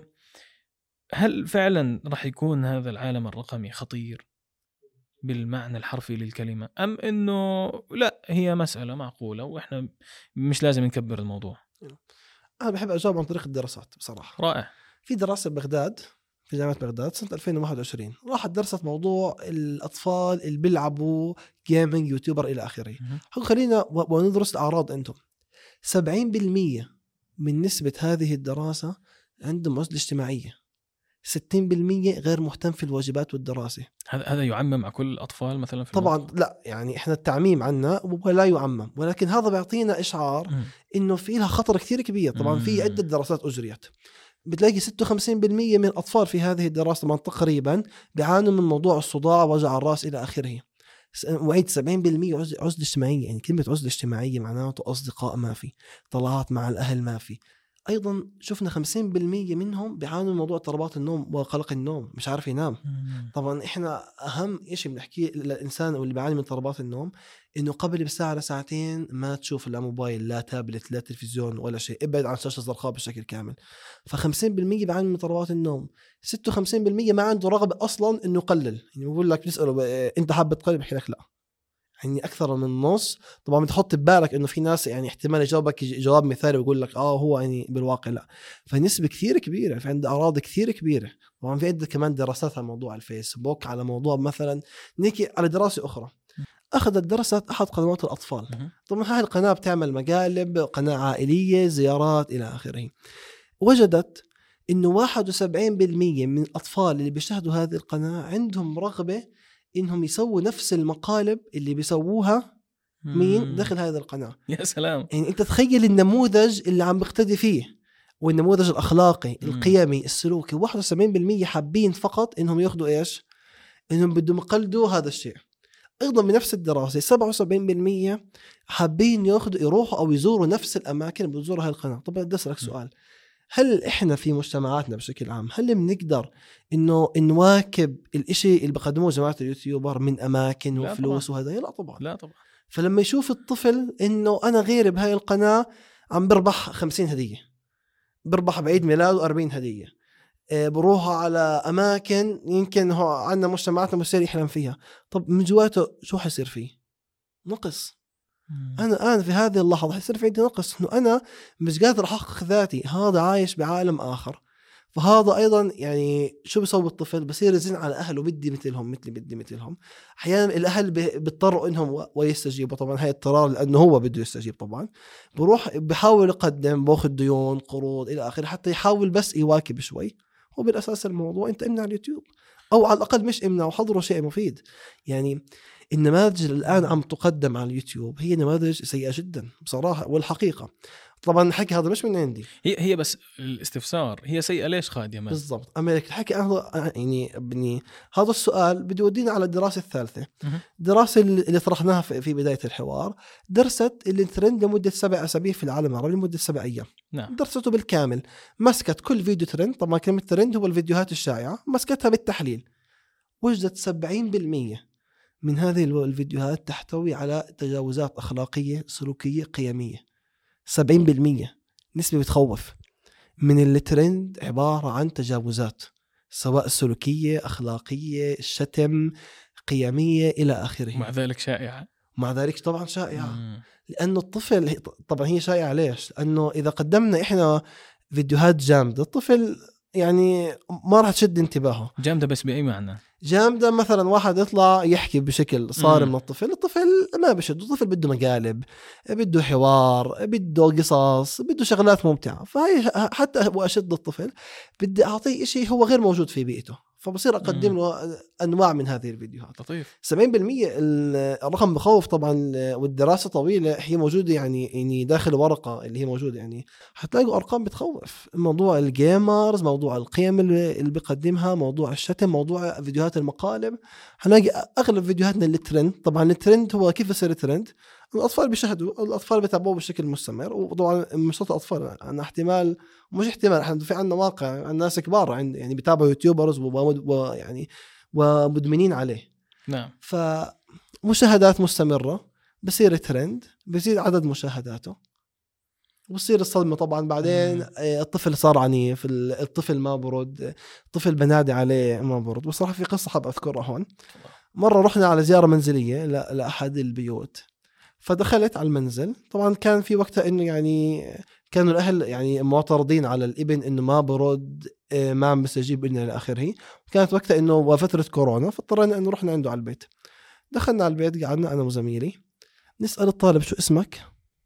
هل فعلا رح يكون هذا العالم الرقمي خطير بالمعنى الحرفي للكلمة، أم إنه لا هي مسألة معقولة وإحنا مش لازم نكبر الموضوع؟ أنا بحب أجاوب عن طريق الدراسات بصراحة. رائع. في دراسة بغداد في جامعة بغداد سنة ألفين وواحد وعشرين راحت درست موضوع الأطفال اللي بيلعبوا جيمينج، يوتيوبر إلى آخره. خلينا وندرس الأعراض. أنتم سبعين بالمية من نسبة هذه الدراسة عندهم عزلة اجتماعية، ستين بالمية غير مهتم في الواجبات والدراسة. هذا هذا يعمم على كل الأطفال مثلا في طبعا الموضوع؟ لا، يعني إحنا التعميم عنا ولا يعمم، ولكن هذا بيعطينا إشعار م. إنه في لها خطر كثير كبير. طبعا م. في عدة دراسات أجريت، بتلاقي ستة وخمسين بالمية من الأطفال في هذه الدراسة طبعا تقريبا بيعانوا من موضوع الصداع، وجع الرأس إلى آخره. وعيد سبعين بالمية عزلة اجتماعية. يعني كلمة عزلة اجتماعية معناته أصدقاء ما في، طلعات مع الأهل ما في. أيضا شفنا خمسين بالمية منهم بيعانوا من موضوع اضطرابات النوم وقلق النوم، مش عارف ينام. طبعا إحنا أهم إشي بنحكيه للإنسان واللي بيعاني من اضطرابات النوم إنه قبل بساعة لساعتين ما تشوف لا موبايل لا تابلت لا تلفزيون ولا شيء، ابعد عن شاشة زرقاء بشكل كامل. فخمسين بالمية بيعاني من اضطرابات النوم. ستة وخمسين بالمية ما عنده رغبة أصلا إنه يقلل. يعني بقول لك بتسأله أنت حابب تقلل، بحكي لك لا. يعني أكثر من النص. طبعا بتحط ببالك إنه في ناس يعني احتمال يجاوبك جواب مثالي ويقول لك آه هو يعني بالواقع لا. فنسبة كثير كبيرة، في عنده أعراض كثير كبيرة. طبعا في عدة كمان دراسات على موضوع الفيسبوك، على موضوع مثلا نيجي على دراسة أخرى أخذت درست أحد قنوات الأطفال. طبعا هاي القناة بتعمل مقالب، قناة عائلية، زيارات إلى آخره. وجدت إنه واحد وسبعين بالمية من الأطفال اللي بيشاهدوا هذه القناة عندهم رغبة إنهم يسووا نفس المقالب اللي بيسووها مين داخل هذه القناة. يا سلام. يعني أنت تخيل النموذج اللي عم بقتدي فيه، والنموذج الأخلاقي القيمي السلوكي. واحد وسبعين بالمية حابين فقط إنهم ياخدوا إيش، إنهم بدهم يقلدوا هذا الشيء. أيضا بنفس الدراسة سبعة وسبعين بالمية حابين ياخدوا يروحوا أو يزوروا نفس الأماكن اللي بتزورها هاي القناة. طبعا بدي أسألك سؤال، هل إحنا في مجتمعاتنا بشكل عام هل بنقدر إنه نواكب الإشي اللي بقدموه جماعة اليوتيوبر من أماكن وفلوس وهذا؟ لا طبعا. لا طبعا. فلما يشوف الطفل إنه أنا غيري بهاي القناة عم بربح خمسين هدية، بربح بعيد ميلاد وأربعين هدية، بروحوا على أماكن يمكن هو عندنا مجتمعاتنا مستحيل يحلم فيها. طب من جواته شو حيصير فيه؟ نقص. مم. أنا أنا في هذه اللحظة حيصير في عندي نقص، إنه أنا مش قادر أحقق ذاتي، هذا عايش بعالم آخر. فهذا أيضا يعني شو بيسوي الطفل؟ بصير يزن على أهله، بدي مثلهم مثلي بدي مثلهم. أحيانا الأهل بيضطروا إنهم ويستجيبوا، طبعا هاي اضطرار لأنه هو بده يستجيب. طبعا بروح بحاول يقدم، باخذ ديون قروض إلى آخره حتى يحاول بس يواكب شوي. هو بالأساس الموضوع أنت امنع اليوتيوب، أو على الأقل مش امنع وحضروا شيء مفيد. يعني النماذج الآن عم تقدم على اليوتيوب هي نماذج سيئة جدا بصراحة. والحقيقة طبعا الحكي هذا مش من عندي، هي هي بس الاستفسار هي سيئة ليش خاد يا مان؟ بالضبط. أمريكا الحكي أنا يعني ابني هذا السؤال بده يودينا على الدراسة الثالثة. دراسة اللي طرحناها في بداية الحوار، درست الترند لمدة سبع أسابيع في العالم العربي لمدة سبع أيام. نعم. درسته بالكامل، مسكت كل فيديو ترند، طبعا كلمة ترند هو الفيديوهات الشائعة، مسكتها بالتحليل. وجدت سبعين بالمية من هذه الفيديوهات تحتوي على تجاوزات أخلاقية سلوكية قيمية. سبعين بالمية نسبة بتخوف من الترند عبارة عن تجاوزات سواء سلوكية أخلاقية شتم قيمية إلى آخره. مع ذلك شائعة. مع ذلك طبعا شائعة. مم. لأنه الطفل طبعا هي شائعة ليش؟ لأنه إذا قدمنا إحنا فيديوهات جامدة الطفل يعني ما راح تشد انتباهه. جامدة بس بأي معنى؟ جامدة مثلا واحد يطلع يحكي بشكل صارم من الطفل، الطفل ما بشد، الطفل بده مقالب، بده حوار، بده قصص، بده شغلات ممتعة. فهي حتى وأشد الطفل بدي أعطيه إشي هو غير موجود في بيئته، فبصير أقدم له أنواع من هذه الفيديوهات. لطيف. سبعين بالمية الرقم بخوف طبعا، والدراسة طويلة هي موجودة يعني يعني داخل ورقة اللي هي موجودة، يعني هتلاقوا أرقام بتخوف. موضوع الجيمرز، موضوع القيم اللي بيقدمها، موضوع الشتم، موضوع فيديوهات المقالب. هنلاقي أغلب فيديوهاتنا اللي ترند. طبعا الترند هو كيف يصير ترند؟ الأطفال بيشاهدوا، الأطفال بيتابعوه بشكل مستمر. وطبعا مش صوت أطفال، أنا احتمال مش احتمال احنا في عندنا واقع الناس كبار عند يعني بيتابعوا يوتيوبرز ويعني ومدمنين عليه. نعم. فمشاهدات مستمرة، بصير ترند، بيزيد عدد مشاهداته، وبصير الصدمة. طبعا بعدين مم. الطفل صار عنيف، الطفل ما برد، الطفل بنادي عليه ما برد. بصراحة في قصة حاب أذكرها هون. مرة رحنا على زيارة منزلية لأحد البيوت، فدخلت على المنزل. طبعا كان في وقتها إنه يعني كانوا الأهل يعني معترضين على الابن إنه ما برد، ما عم بيستجيب لنا إلى آخره. كانت وقتها إنه وفترة كورونا، فاضطرينا إنه رحنا عنده على البيت. دخلنا على البيت، قعدنا أنا وزميلي، نسأل الطالب شو اسمك،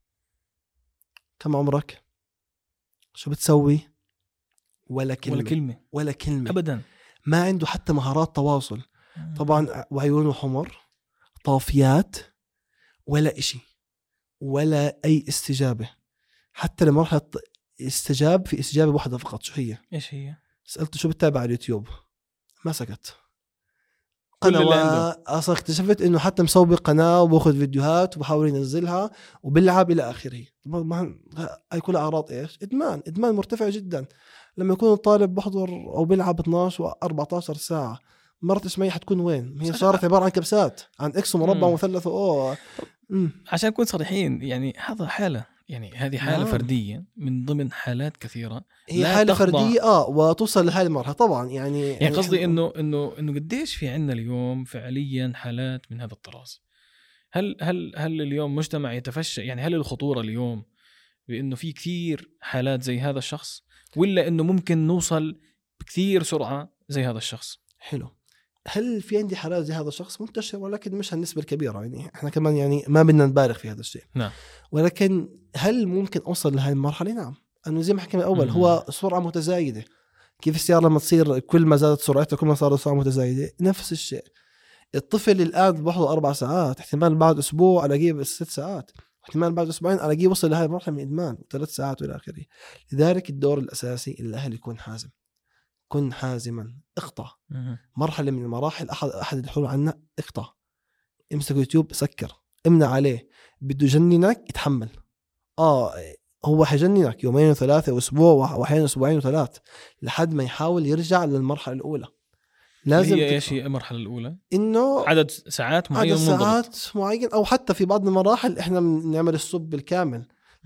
كم عمرك، شو بتسوي، ولا كلمة ولا كلمة ولا كلمة أبدا. ما عنده حتى مهارات تواصل. طبعا وعيونه حمر، طافيات، ولا إشي، ولا أي استجابة. حتى لمرحلة استجاب في استجابة واحدة فقط. شو هي؟ إيش هي؟ سألته شو بتتابع على اليوتيوب، ما سكت. قناة أصلا اكتشفت إنه حتى مسوي قناة وبأخذ فيديوهات وبحاول ينزلها وبيلعب إلى آخره. طبعا هاي كلها أعراض إيش؟ إدمان. إدمان مرتفع جدا. لما يكون الطالب بحضر أو بيلعب اثناشر وأربعة عشر ساعة، مرت اسمعي حتكون وين؟ هي صارت عبارة عن كبسات، عن إكس ومربع ومثلث وأوه. عشان نكون صريحين، يعني هذا حالة، يعني هذه حالة نعم. فردية من ضمن حالات كثيرة. هي حالة فردية اه وتوصل لهذه المرحلة طبعا. يعني يعني قصدي انه انه انه قديش في عندنا اليوم فعليا حالات من هذا الطراز. هل هل هل اليوم مجتمع يتفشى؟ يعني هل الخطورة اليوم بانه في كثير حالات زي هذا الشخص، ولا انه ممكن نوصل بكثير سرعة زي هذا الشخص؟ حلو. هل في عندي حالات زي هذا الشخص منتشر، ولكن مش هالنسبة الكبيرة. يعني احنا كمان يعني ما بدنا نبالغ في هذا الشيء. نعم. ولكن هل ممكن أوصل لهذه المرحلة؟ نعم. أنه زي ما حكينا أول، هو سرعة متزايدة. كيف السيارة لما تصير كل ما زادت سرعتها كل ما صارت سرعة متزايدة، نفس الشيء. الطفل الآن بحضر أربع ساعات، احتمال بعد أسبوع ألاقيه ست ساعات، احتمال بعد أسبوعين ألاقيه وصل لهذه المرحلة من إدمان ثلاث ساعات وإلى آخره. لذلك الدور الأساسي الأهل يكون حازم. كن حازما، اقطع. مرحلة من المراحل، أحد أحد الحلول عنا اقطع. امسك يوتيوب، سكر، امنع عليه. بده يجننك، يتحمل. آه هو حيجننك يومين وثلاثة وأسبوع وأحيانا أسبوعين وثلاث لحد ما يحاول يرجع للمرحلة الأولى. لازم هي ايش هي المرحلة الأولى؟ إنه عدد ساعات معين، عدد ساعات معين، أو حتى في بعض المراحل إحنا بنعمل الصب بالكامل.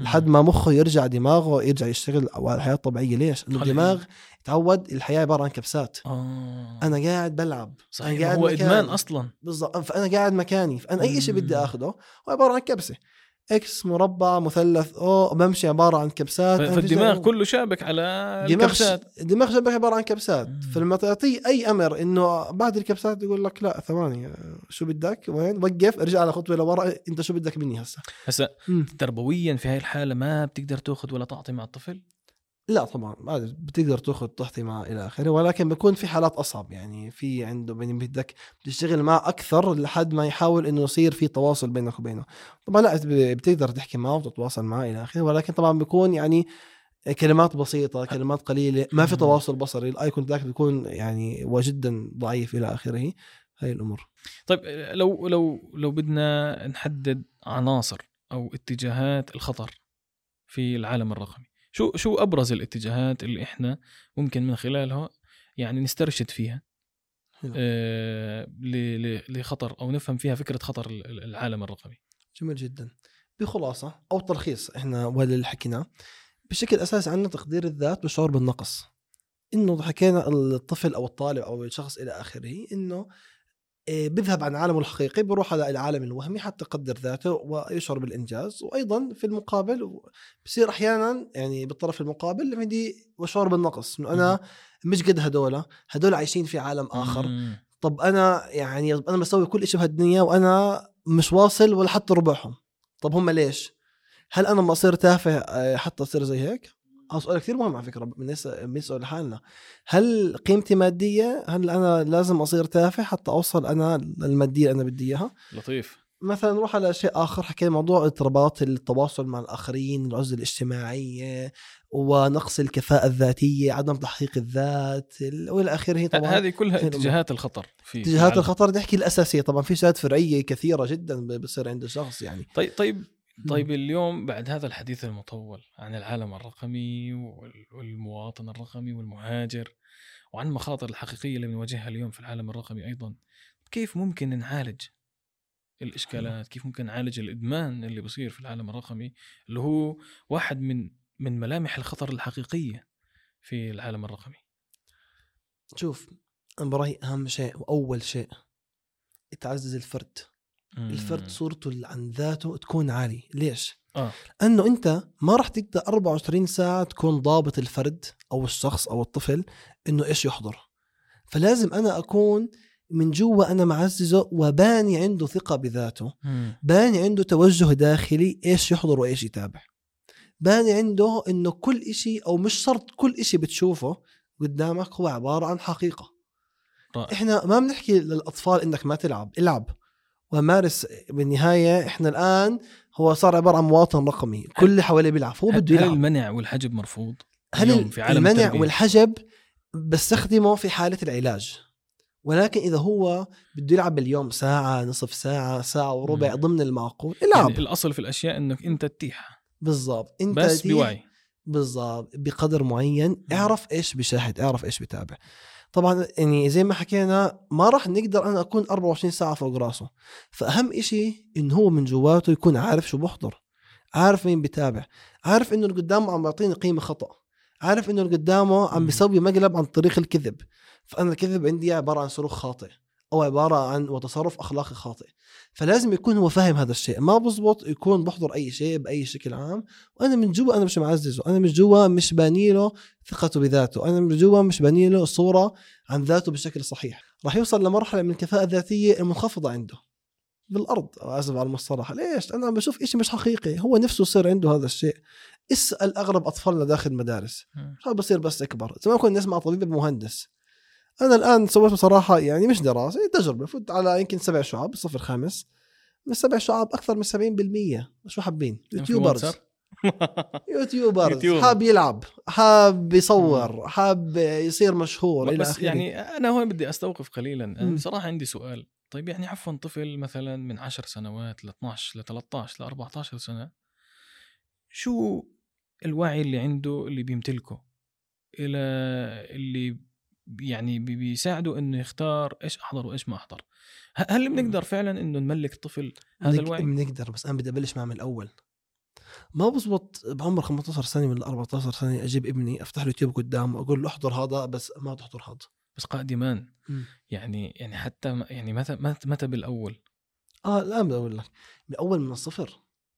لحد ما مخه يرجع دماغه يرجع يشتغل على الحياة الطبيعية. ليش؟ إنه الدماغ تعود الحياة عبارة عن كبسات. آه. أنا قاعد بلعب، صحيح، أنا قاعد هو مكاني. إدمان أصلا. بالضبط، فأنا قاعد مكاني، فأنا أي شيء بدي أخده هو عبارة عن كبسة، إكس مربع مثلث أو بمشي عبارة عن كبسات. فالدماغ كله شابك على الكبسات. الدماغ شابك عبارة عن كبسات. فلما تعطيه أي أمر إنه بعد الكبسات يقول لك لا ثواني شو بدك، وين وقف، ارجع على خطوة لورا، أنت شو بدك مني هسه. هسه تربويا في هاي الحالة ما بتقدر تأخذ ولا تعطي مع الطفل؟ لا طبعا ما بتقدر تاخذ تحطي معه الى اخره، ولكن بيكون في حالات اصعب، يعني في عنده بين بدك تشتغل معه اكثر لحد ما يحاول انه يصير في تواصل بينك وبينه. طبعا لا بتقدر تحكي معه وتتواصل معه الى اخره، ولكن طبعا بيكون يعني كلمات بسيطه، كلمات قليله، ما في تواصل بصري، الاي كونتاكت بيكون يعني وجدا ضعيف الى اخره. هاي الامور. طيب لو لو لو بدنا نحدد عناصر او اتجاهات الخطر في العالم الرقمي، شو شو ابرز الاتجاهات اللي احنا ممكن من خلالها يعني نسترشد فيها آه لخطر او نفهم فيها فكرة خطر العالم الرقمي؟ جميل جدا. بخلاصة او تلخيص احنا ولا اللي حكيناه بشكل اساسي عندنا تقدير الذات والشعور بالنقص. انه حكينا الطفل او الطالب او الشخص الى اخره انه بيذهب عن عالمه الحقيقي بيروح على العالم الوهمي حتى يقدر ذاته ويشعر بالإنجاز. وأيضا في المقابل بصير أحيانا يعني بالطرف المقابل عندي وشعور بالنقص، إنه أنا مش قد هدول هدول عايشين في عالم آخر. طب أنا يعني أنا بسوي كل إشي بهالدنيا وأنا مش واصل ولا حتى ربعهم. طب هم ليش؟ هل أنا ما أصير تافه حتى أصير زي هيك؟ سؤال كثير مهم على فكرة. بنسأل حالنا هل قيمتي مادية؟ هل أنا لازم أصير تافه حتى أوصل أنا المادية أنا بدي إياها؟ لطيف. مثلا نروح على شيء آخر، حكينا موضوع اضطرابات التواصل مع الآخرين، العزلة الاجتماعية ونقص الكفاءة الذاتية، عدم تحقيق الذات والى آخره. طبعا هذه كلها اتجاهات الخطر. في اتجاهات الخطر نحكي الأساسية. طبعا في شهادات فرعية كثيرة جدا بصير عند الشخص يعني. طيب طيب طيب اليوم بعد هذا الحديث المطول عن العالم الرقمي والمواطن الرقمي والمهاجر وعن المخاطر الحقيقية اللي بنواجهها اليوم في العالم الرقمي أيضا، كيف ممكن نعالج الإشكالات؟ كيف ممكن نعالج الإدمان اللي بصير في العالم الرقمي اللي هو واحد من من ملامح الخطر الحقيقية في العالم الرقمي؟ شوف أنا برأيي أهم شيء وأول شيء تعزز الفرد. مم. الفرد صورته عن ذاته تكون عالي. ليش؟ آه. أنه أنت ما راح تقدر أربعة وعشرين ساعة تكون ضابط الفرد أو الشخص أو الطفل إنه إيش يحضر. فلازم أنا أكون من جوا أنا معززه وباني عنده ثقة بذاته. مم. باني عنده توجه داخلي إيش يحضر وإيش يتابع. باني عنده إنه كل إشي أو مش شرط كل إشي بتشوفه قدامك هو عبارة عن حقيقة. رأي. إحنا ما بنحكي للأطفال إنك ما تلعب، العب ومارس. بالنهاية إحنا الآن هو صار عبارة عن مواطن رقمي، كل اللي حواليه بيلعب، هو بده يلعب. هل المنع والحجب مرفوض؟ هل في عالم المنع التربية؟ والحجب بستخدمه في حالة العلاج، ولكن إذا هو بده يلعب باليوم ساعة، نصف ساعة، ساعة وربع ضمن المعقول العب. يعني الأصل في الأشياء إنك أنت تتيح. بالضبط. أنت بس بوعي. بالضبط بقدر معين. اعرف إيش بيشاهد، اعرف إيش بيتابع. طبعا يعني زي ما حكينا ما راح نقدر أنا أكون أربعة وعشرين ساعة فوق راسه. فأهم إشي إنه هو من جواته يكون عارف شو بحضر، عارف مين بيتابع، عارف إنه اللي قدامه عم يعطيني قيمة خطأ، عارف إنه اللي قدامه عم بيسوي مقلب عن طريق الكذب. فأنا الكذب عندي عبارة عن سلوك خاطئ أو عبارة عن وتصرف أخلاقي خاطئ. فلازم يكون هو فاهم هذا الشيء. ما بزبط يكون بحضر أي شيء بأي شكل عام وأنا من جوا أنا مش معززه، أنا من جوا مش بانيله ثقته بذاته، أنا من جوا مش بانيله صورة عن ذاته بشكل صحيح. راح يوصل لمرحلة من الكفاءة الذاتية المنخفضة عنده بالأرض. أعزف على المصطلح. ليش؟ أنا بشوف إشي مش حقيقي. هو نفسه يصير عنده هذا الشيء. اسأل أغلب أطفالنا داخل المدارس شو بصير بس أكبر. زمان كنا نسمع طبيب المهندس. أنا الآن سويت بصراحة يعني مش دراسة، تجربة. فوت على يمكن سبع شعب صفر خامس من سبع شعب أكثر من سبعين بالمية شو حابين يوتيوبرز. يوتيوبرز حاب يلعب، حاب يصور، حاب يصير مشهور. بس يعني أنا هون بدي أستوقف قليلا. أنا بصراحة عندي سؤال. طيب يعني عفوا طفل مثلا من عشر سنوات ل اثناشر ل ثلاثة عشر ل أربعة عشر سنة، شو الوعي اللي عنده اللي بيمتلكه إلى اللي يعني بيساعده إنه يختار إيش أحضر وإيش ما أحضر؟ هل بنقدر فعلا إنه نملك الطفل هذا الوعي؟ بنقدر، بس أنا بدي أبلش مع من الأول. ما بزبط بعمر خمسة عشر سنة ولا أربعة عشر سنة أجيب ابني أفتح له يوتيوب قدامه وأقول له احضر هذا بس ما تحضر هذا. بس قائد إيمان يعني يعني حتى يعني متى متى بالأول آه الآن بقول لك من أول من الصفر،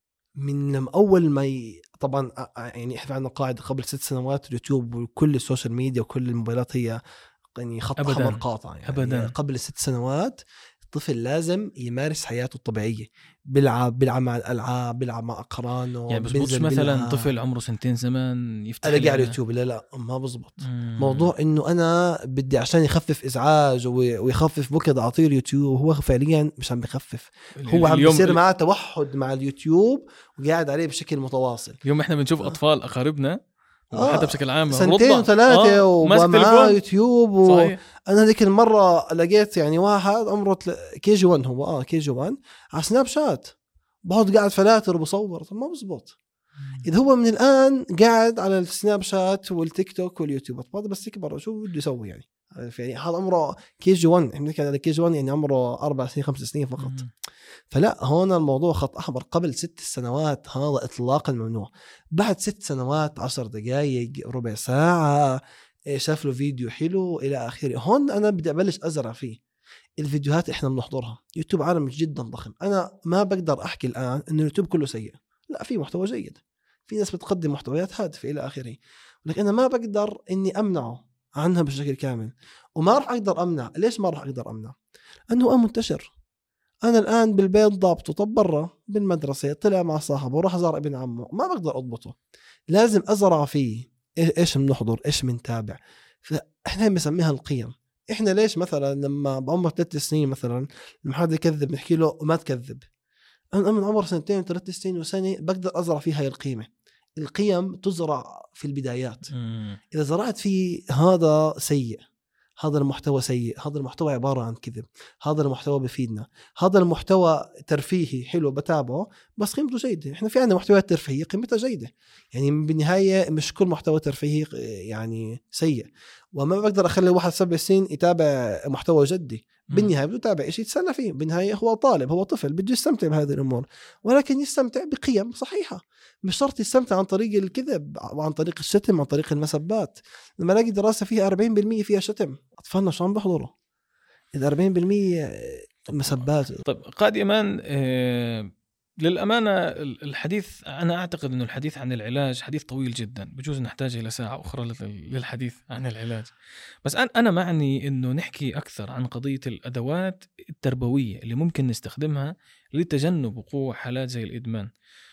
من أول ما ي... طبعا يعني إحنا عندنا قاعدة قبل ست سنوات اليوتيوب وكل السوشيال ميديا وكل الموبايلات هي يعني خط أحمر قاطع يعني أبداً. قبل ست سنوات الطفل لازم يمارس حياته الطبيعية، بيلعب بيلعب مع الألعاب، بيلعب مع أقرانه. يعني بزبطش مثلا بيلعب. طفل عمره سنتين زمان يفتح ألاقي على اليوتيوب، لا لا ما بزبط. مم. موضوع إنه أنا بدي عشان يخفف إزعاج ويخفف بكرة أعطيه اليوتيوب، هو فعليا مش عم بخفف، هو عم بيصير معه توحد مع اليوتيوب وقاعد عليه بشكل متواصل. اليوم إحنا بنشوف أطفال أقاربنا وحتى بشكل عام سنتين وثلاثة آه ومعاه يوتيوب و... أنا ذيك المرة لقيت يعني واحد عمره كي جي وان، هو آه كي جي وان على سناب شات بقعد قاعد فلاتر وبصور. طب ما بزبط إذا هو من الآن قاعد على السناب شات والتيك توك واليوتيوب، طب بس يكبر شو بده يسوي يعني؟ يعني هذا عمره كي جي وان، إحنا بنحكي على كي جي وان يعني عمره أربع سنين خمس سنين فقط. مم. فلا هون الموضوع خط أحمر. قبل ست سنوات هذا إطلاقا ممنوع. بعد ست سنوات عشر دقائق ربع ساعة شاف له فيديو حلو إلى آخره، هون أنا بدي أبلش أزرع فيه. الفيديوهات إحنا بنحضرها، يوتيوب عالم جدا ضخم، أنا ما بقدر أحكي الآن إنه اليوتيوب كله سيء، لا في محتوى جيد، في ناس بتقدم محتويات هادفة إلى آخره، لكن أنا ما بقدر إني أمنعه عنها بشكل كامل. وما راح أقدر أمنع. ليش ما راح أقدر أمنع؟ أنه منتشر. أنا الآن بالبيت ضابطه، طب برا بالمدرسة طلع مع صاحبه وراح زار ابن عمه، ما بقدر أضبطه، لازم أزرع فيه إيش بنحضر إيش بنتابع. فإحنا بنسميها القيم. إحنا ليش مثلا لما بعمر ثلاث سنين مثلا لما حد يكذب نحكي له ما تكذب، أنا من عمر سنتين وثلاث سنين وسنة بقدر أزرع فيها هاي القيمة. القيم تزرع في البدايات. مم. إذا زرعت فيه هذا سيء، هذا المحتوى سيء، هذا المحتوى عبارة عن كذب، هذا المحتوى بفيدنا، هذا المحتوى ترفيهي حلو بتابعه بس قيمته جيدة. احنا في عندنا محتويات ترفيهية قيمتها جيدة، يعني بالنهاية مش كل محتوى ترفيهي يعني سيء. وما بقدر أخلي واحد سبع سنين يتابع محتوى جدي، بالنهاية بده يتابع إشي يتسلى فيه. بالنهاية هو طالب، هو طفل بده يستمتع بهذه الأمور، ولكن يستمتع بقيم صحيحة، مش شرط يستمتع عن طريق الكذب وعن طريق الشتم عن طريق المسبات. لما لاقي دراسة فيها أربعين بالمية فيها شتم، أطفالنا شو عم بحضروا؟ إذا أربعين بالمية مسبات. طيب قائد إيمان، آه للأمانة الحديث، أنا أعتقد أنه الحديث عن العلاج حديث طويل جدا، بجوز نحتاج إلى ساعة أخرى للحديث عن العلاج. بس أنا معني أنه نحكي أكثر عن قضية الأدوات التربوية اللي ممكن نستخدمها لتجنب وقوع حالات زي الإدمان.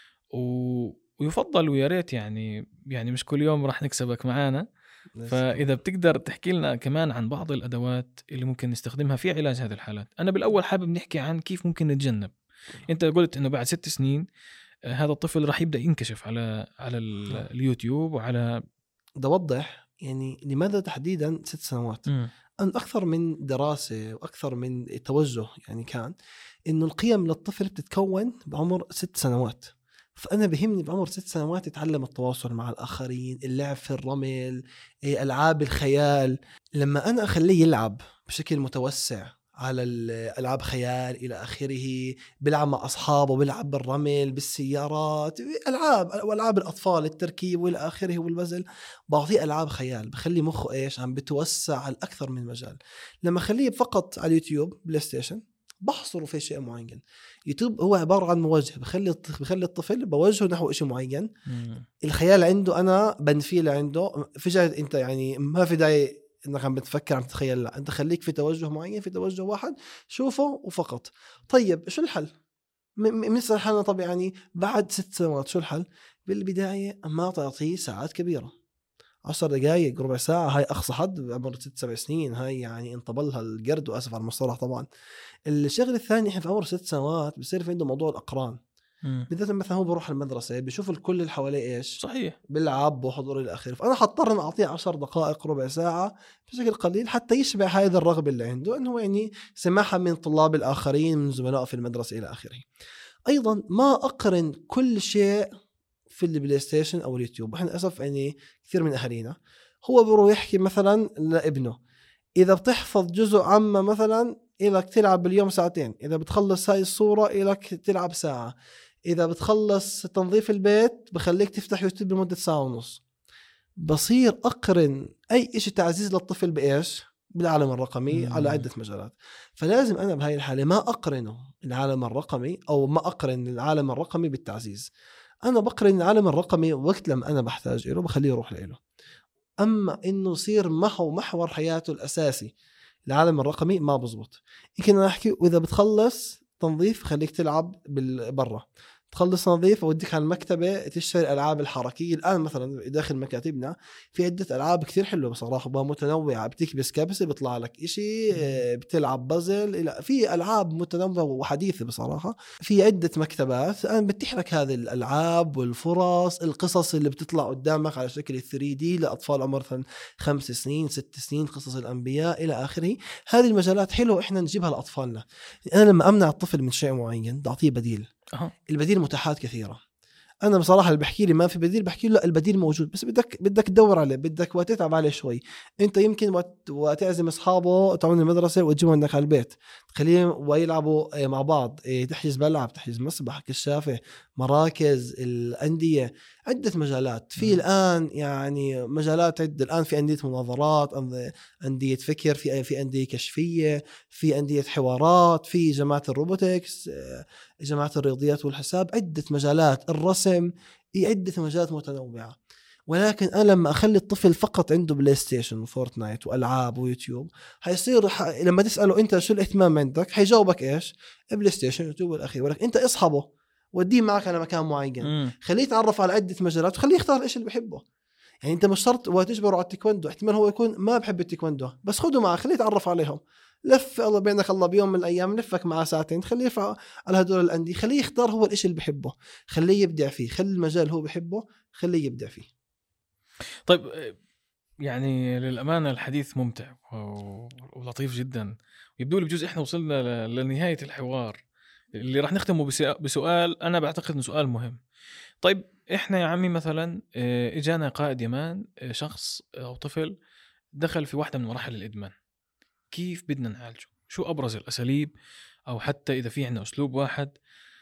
ويفضل ويا ريت يعني يعني مش كل يوم راح نكسبك معانا، فإذا بتقدر تحكي لنا كمان عن بعض الأدوات اللي ممكن نستخدمها في علاج هذه الحالات. أنا بالأول حابب نحكي عن كيف ممكن نتجنب. أنت قلت إنه بعد ست سنين هذا الطفل راح يبدأ ينكشف على على اليوتيوب وعلى. بدي أوضح يعني لماذا تحديدا ست سنوات. م. أن أكثر من دراسة وأكثر من توجه يعني كان إنه القيم للطفل بتتكون بعمر ست سنوات. فأنا بهمني بعمر ست سنوات يتعلم التواصل مع الآخرين، اللعب في الرمل، ألعاب الخيال. لما أنا أخليه يلعب بشكل متوسع على الألعاب خيال إلى آخره، بيلعب مع أصحابه، بيلعب بالرمل بالسيارات، ألعاب وألعاب الأطفال التركيب والى آخره والبزل، بعطيه ألعاب خيال، بخلي مخه إيش عم بتوسع على أكثر من مجال. لما أخليه فقط على اليوتيوب بلاي ستيشن بحصره في شيء معين. يوتيوب هو عبارة عن موجه، بخلي بخلي الطفل بوجهه نحو شيء معين. مم. الخيال عنده أنا بنفيله عنده في جهة، أنت يعني ما في داعي انك عم بتفكر عم تتخيل، لا انت خليك في توجه معين، في توجه واحد شوفه وفقط. طيب شو الحل؟ مثل حالنا طب يعني بعد ست سنوات شو الحل؟ بالبداية ما تعطيه ساعات كبيرة، عشر دقائق ربع ساعة، هاي أقصى حد عمر ست سبع سنين، هاي يعني انطبلها القرد، وأسف على المصطلح طبعا. الشغل الثاني إحنا في عمر ست سنوات بصير في عنده موضوع الأقران، بالذات مثلا هو بروح المدرسة بيشوف الكل اللي حواليه إيش صحيح بيلعب وحضور إلى آخره. فأنا حضطر أن أعطيه عشر دقائق ربع ساعة بشكل قليل حتى يشبع هذه الرغبة اللي عنده، أنه يعني سماحة من طلاب الآخرين من زملائه في المدرسة إلى آخره. أيضا ما أقرن كل شيء في البلاي ستيشن أو اليوتيوب. إحنا للأسف يعني كثير من أهالينا هو بيروح يحكي مثلا لابنه إذا بتحفظ جزء عامة مثلا إلك تلعب باليوم ساعتين، إذا بتخلص هاي الصورة إلك تلعب ساعة، إذا بتخلص تنظيف البيت بخليك تفتح يوتيوب لمدة ساعة ونص. بصير أقرن أي إشي تعزيز للطفل بإيش؟ بالعالم الرقمي مم. على عدة مجالات. فلازم أنا بهاي الحالة ما أقرنه العالم الرقمي أو ما أقرن العالم الرقمي بالتعزيز. أنا بقرن العالم الرقمي وقت لما أنا بحتاج إله بخليه يروح لإله. أما إنه يصير محو محور حياته الأساسي العالم الرقمي ما بزبط. يمكن أنا أحكي وإذا بتخلص تنظيف خليك تلعب بالبرة، تخلص نظيف ووديك على المكتبة تشتري الألعاب الحركية. الآن مثلا داخل مكاتبنا في عدة ألعاب كثير حلوة بصراحة متنوعة، بتكبس كبسة بيطلع لك إشي، بتلعب بازل، في ألعاب متنوعة وحديثة بصراحة في عدة مكتبات. الآن بتتيح لك هذه الألعاب والفرص، القصص اللي بتطلع قدامك على شكل ثري دي لأطفال عمر مثلا خمس سنين ست سنين، قصص الأنبياء إلى آخره. هذه المجالات حلوة إحنا نجيبها لأطفالنا. أنا لما أمنع الطفل من شيء معين أعطيه بديل. أه. البديل متاحات كثيرة. أنا بصراحة اللي بحكي لي ما في بديل بحكي له البديل موجود، بس بدك بدك تدور عليه، بدك وتتعب عليه شوي. أنت يمكن وتعزم أصحابه تعون المدرسة وتجيبهم عندك على البيت تخليهم ويلعبوا مع بعض، تحجز ملعب، تحجز مسبح، كشافة، مراكز الأندية، عدة مجالات في الآن. يعني مجالات عدة الآن، في أندية مناظرات، أندية فكر، في في أندية كشفية، في أندية حوارات، في جماعة الروبوتكس، جماعة الرياضيات والحساب، عدة مجالات، الرسم، عدة مجالات متنوعة. ولكن أنا لما أخلي الطفل فقط عنده بلاي ستيشن وفورتنايت وألعاب ويوتيوب، هيصير ح... لما تسأله أنت شو الاهتمام عندك هيجاوبك إيش؟ بلاي ستيشن يوتيوب والأخير. ولكن أنت اصحبه وديه معك على مكان معين، خليه يتعرف على عدة مجالات وخليه يختار إيش اللي بحبه. يعني أنت مش شرط وتجبره على التايكوندو، احتمال هو يكون ما بحب التايكوندو بس خده معه خليه يتعرف عليهم. لف الله بينك الله بيوم من الأيام لفك معه ساعتين، خليه يفعل على هدول الأندية، خليه يختار هو الإشي اللي بحبه، خليه يبدع فيه، خلي المجال هو بحبه خليه يبدع فيه. طيب يعني للأمانة الحديث ممتع ولطيف جدا، يبدو لي بجوز إحنا وصلنا لنهاية الحوار اللي راح نختمه بسؤال أنا بعتقد إنه سؤال مهم. طيب إحنا يا عمي مثلا إجانا قائد يمان شخص أو طفل دخل في واحدة من مراحل الإدمان، كيف بدنا نعالجه؟ شو أبرز الأساليب، أو حتى إذا في عنا أسلوب واحد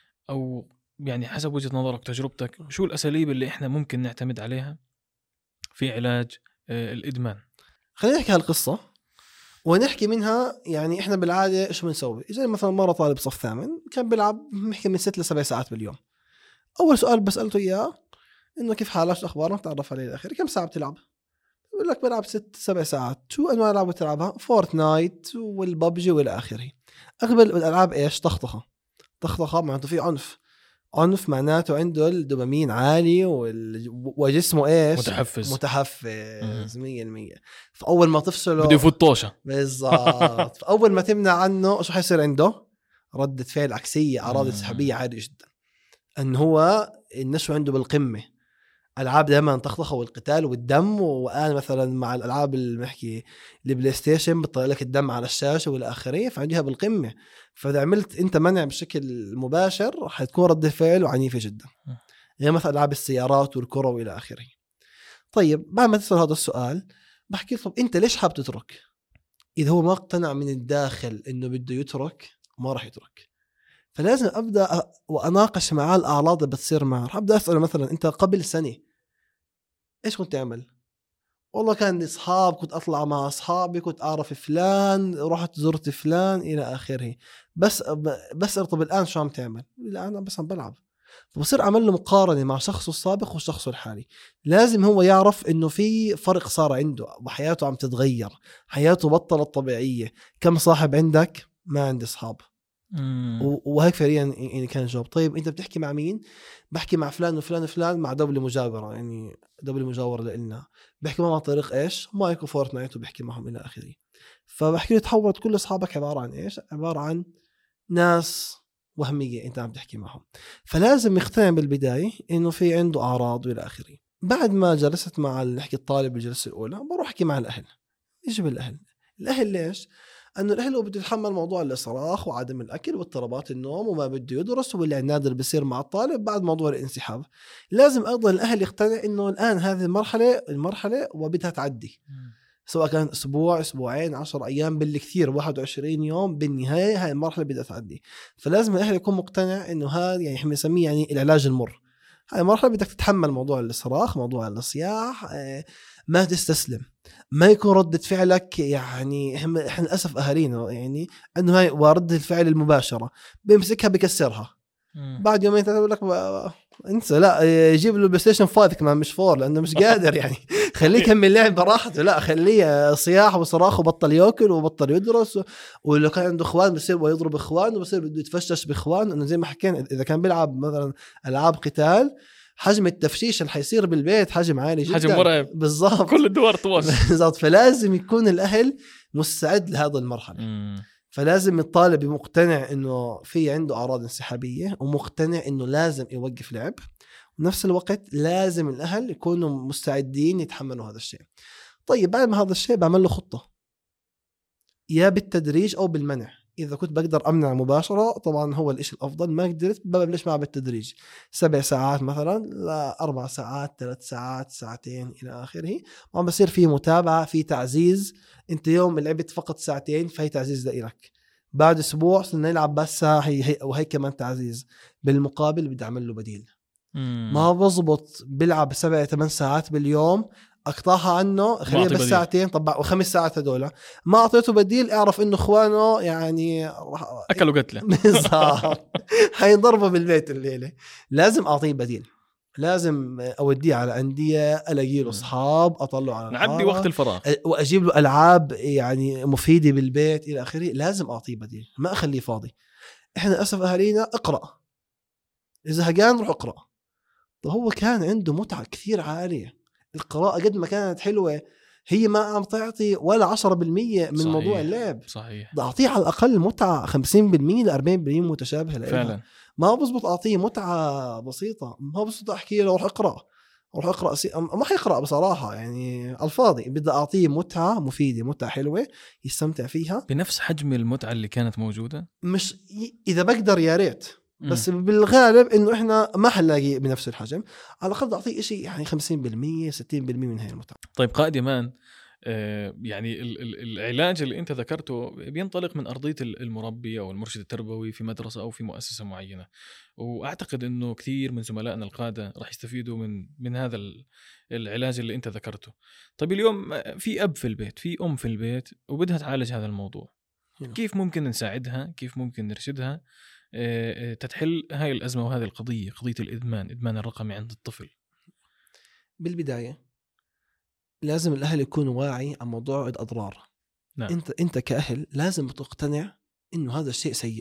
أو يعني حسب وجهة نظرك تجربتك شو الأساليب اللي إحنا ممكن نعتمد عليها في علاج الإدمان؟ خلينا نحكي هالقصة ونحكي منها. يعني إحنا بالعادة إيش بنسوي؟ إذا مثلا مرة طالب صف ثامن كان بيلعب نحكي من ست لسبع ساعات باليوم، أول سؤال بسألته إياه إنه كيف حالك، شو أخبارك، تعرف عليه الأخير، كم ساعة بتلعب؟ بقول لك بلعب ست سبع ساعات. شو أنواع الألعاب بتلعبها؟ فورتنايت والبابجي والى آخره. أغلب الألعاب إيش؟ طخطخة. طخطخة معناته في عنف، عنف معناته عنده الدوبامين عالي وجسمه إيش؟ متحفز متحفز مية المية. فأول ما تفصله بده يفوت طوشة بالضبط. فأول ما تمنع عنه شو حيصير عنده؟ ردة فعل عكسية، أعراض انسحابية عالية جدا. أن هو النشوة عنده بالقمة. ألعاب دائما طخطخة والقتال والدم، وأنا مثلا مع الألعاب اللي بحكي البلاي ستيشن بتطلع لك الدم على الشاشة والآخرين، فعندها بالقمة. فإذا عملت أنت منع بشكل مباشر حتكون رد فعل عنيفة جدا، يعني مثلا ألعاب السيارات والكرة وإلى آخره. طيب بعد ما تسأل هذا السؤال بحكي طب أنت ليش حاب تترك؟ إذا هو ما اقتنع من الداخل إنه بده يترك ما راح يترك. فلازم أبدأ وأناقش معاه الأعراض اللي بتصير معه. أبدأ أسأله مثلا أنت قبل سنة إيش كنت تعمل؟ والله كان لي أصحاب، كنت أطلع مع أصحابي، كنت أعرف فلان، رحت زرت فلان إلى آخره. بس بس طب الآن شو عم تعمل؟ لا أنا بس عم بلعب. فبصير أعمل له مقارنة مع شخصه السابق وشخصه الحالي. لازم هو يعرف إنه في فرق صار عنده وحياته عم تتغير، حياته بطلت طبيعية. كم صاحب عندك؟ ما عندي أصحاب. وهيك فعليا يعني كان الجواب. طيب انت بتحكي مع مين؟ بحكي مع فلان وفلان وفلان مع دولة مجاورة، يعني دولة مجاورة لنا. بحكي معهم عن طريق ايش؟ مايكو فورتنايت وبحكي معهم الى اخره. فبحكي له تحولت كل اصحابك عبارة عن ايش؟ عبارة عن ناس وهمية انت عم تحكي معهم. فلازم يقتنع بالبداية انه في عنده اعراض والى اخره. بعد ما جلست مع نحكي الطالب الجلسة الاولى بروح احكي مع الاهل. يجب الاهل الاهل ليش؟ أنه الأهل هو بده يتحمل موضوع الإصراخ وعدم الأكل واضطرابات النوم وما بده يدرس والعناد اللي بيصير مع الطالب بعد موضوع الانسحاب. لازم أيضا الأهل يقتنع إنه الآن هذه المرحلة المرحلة وبدها تعدي. سواء كان اسبوع اسبوعين عشر ايام بالكثير واحد وعشرين يوم، بالنهايه هاي المرحله بدها تعدي. فلازم الاهل يكون مقتنع انه هذا يعني احنا بنسميه يعني العلاج المر. هاي المرحله بدك تتحمل موضوع الصراخ، موضوع الصياح، ما تستسلم، ما يكون ردة فعلك يعني احنا للاسف اهالينا يعني انه هاي وردة الفعل المباشره بيمسكها بكسرها م. بعد يومين ثلاثه بقول لك انسى، لا يجيب له بلاي ستيشن خمسة كمان مش فور لانه مش قادر يعني خليه يكمل لعب براحته، لا خليه صياح وصراخ وبطل ياكل وبطل يدرس. ولو كان عنده اخوان بصير ويضرب اخوان وبصير بده يتفشش باخوان، انه زي ما حكينا اذا كان بيلعب مثلا العاب قتال حجم التفشيش اللي حيصير بالبيت حجم عالي جدا، حجم مرعب بالضبط، كل الدول طوال بالضبط. فلازم يكون الاهل مستعد لهذا المرحله. مم. فلازم الطالب مقتنع انه في عنده اعراض انسحابيه ومقتنع انه لازم يوقف لعب، ونفس الوقت لازم الاهل يكونوا مستعدين يتحملوا هذا الشيء. طيب بعد ما هذا الشيء بعمل له خطه، يا بالتدريج او بالمنع. اذا كنت بقدر امنع مباشره طبعا هو الاشي الافضل، ما قدرت ببلش معه بالتدريج، سبع ساعات مثلا لاربع ساعات، ثلاث ساعات، ساعتين الى اخره، وعم بصير في متابعه، في تعزيز. انت يوم لعبت فقط ساعتين فهي تعزيز لإلك، بعد اسبوع صرنا نلعب بس ساعه، هي وهي كمان تعزيز. بالمقابل بدي اعمل له بديل. مم. ما بزبط بلعب سبع ثمان ساعات باليوم اقطعها عنه خليه بس بديل. ساعتين طبعا وخمس ساعات هدول ما اعطيته بديل، اعرف انه اخوانه يعني اكلوا قتله بالضبط حينضربوا بالبيت الليله. لازم اعطيه بديل، لازم اوديه على انديه، الاقي له اصحاب، اطلعه على نعدي وقت الفراغ واجيب له العاب يعني مفيده بالبيت الى اخره. لازم اعطيه بديل، ما اخليه فاضي. احنا للاسف اهالينا اقرا، اذا زهقان روح اقرا. هو كان عنده متعه كثير عاليه، القراءة قد ما كانت حلوة هي ما عم تعطي ولا عشرة بالمية من صحيح. موضوع اللعب صحيح، أعطيه على الأقل متعة خمسين بالمية لأربعين بالمية متشابهة لإلها. فعلا ما بزبط أعطيه متعة بسيطة، ما بزبط أحكي له روح اقرأ روح اقرأ سي... ما حيقرأ بصراحة يعني الفاضي. بدي أعطيه متعة مفيدة، متعة حلوة يستمتع فيها بنفس حجم المتعة اللي كانت موجودة. مش إذا بقدر يا ريت، بس م. بالغالب انه احنا ما حنلاقي بنفس الحجم. على الاقل اعطيه شيء يعني خمسين بالمية ستين بالمية من هاي المتعه. طيب قائد يمان، آه يعني العلاج اللي انت ذكرته بينطلق من ارضيه المربي او المرشد التربوي في مدرسه او في مؤسسه معينه، واعتقد انه كثير من زملائنا القاده راح يستفيدوا من من هذا العلاج اللي انت ذكرته. طيب اليوم في اب في البيت، في ام في البيت وبدها تعالج هذا الموضوع، هنا. كيف ممكن نساعدها؟ كيف ممكن نرشدها تتحل هاي الأزمة وهذه القضية، قضية الإدمان، إدمان الرقمي عند الطفل؟ بالبداية لازم الأهل يكونوا واعي عن موضوع الأضرار. نعم. أنت أنت كأهل لازم تقتنع إنه هذا الشيء سيء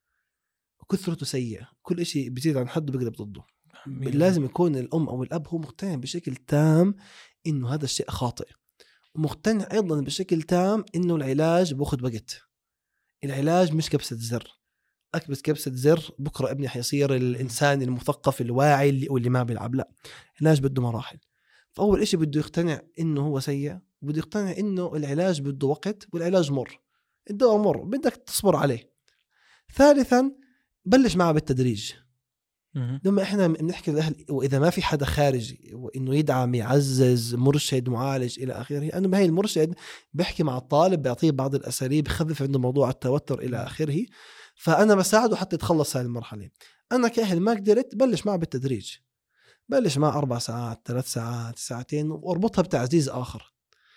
وكثرته سيئة، كل شيء بيزيد عن حده بيقلب ضده. لازم يكون الأم أو الأب هو مقتنع بشكل تام إنه هذا الشيء خاطئ، ومقتنع أيضا بشكل تام إنه العلاج بأخذ وقت. العلاج مش كبسة زر، أكبس كبسة زر بكرة ابني حيصير الإنسان المثقف الواعي اللي واللي ما بيلعب. لا، العلاج بده مراحل. فأول إشي بده يقتنع إنه هو سيء، وبده يقتنع إنه العلاج بده وقت، والعلاج مر، الدواء مر بدك تصبر عليه. ثالثا بلش معه بالتدريج. لما إحنا بنحكي للأهل وإذا ما في حدا خارجي وإنه يدعم يعزز مرشد معالج إلى آخره، أنه بهاي المرشد بيحكي مع الطالب بيعطيه بعض الأساليب بخفف عنده موضوع التوتر إلى آخره، فأنا بساعده حتى يتخلص هذه المرحلة. أنا كأهل ما قدرت بلش معه بالتدريج، بلش معه أربع ساعات، ثلاث ساعات، ساعتين، واربطها بتعزيز آخر.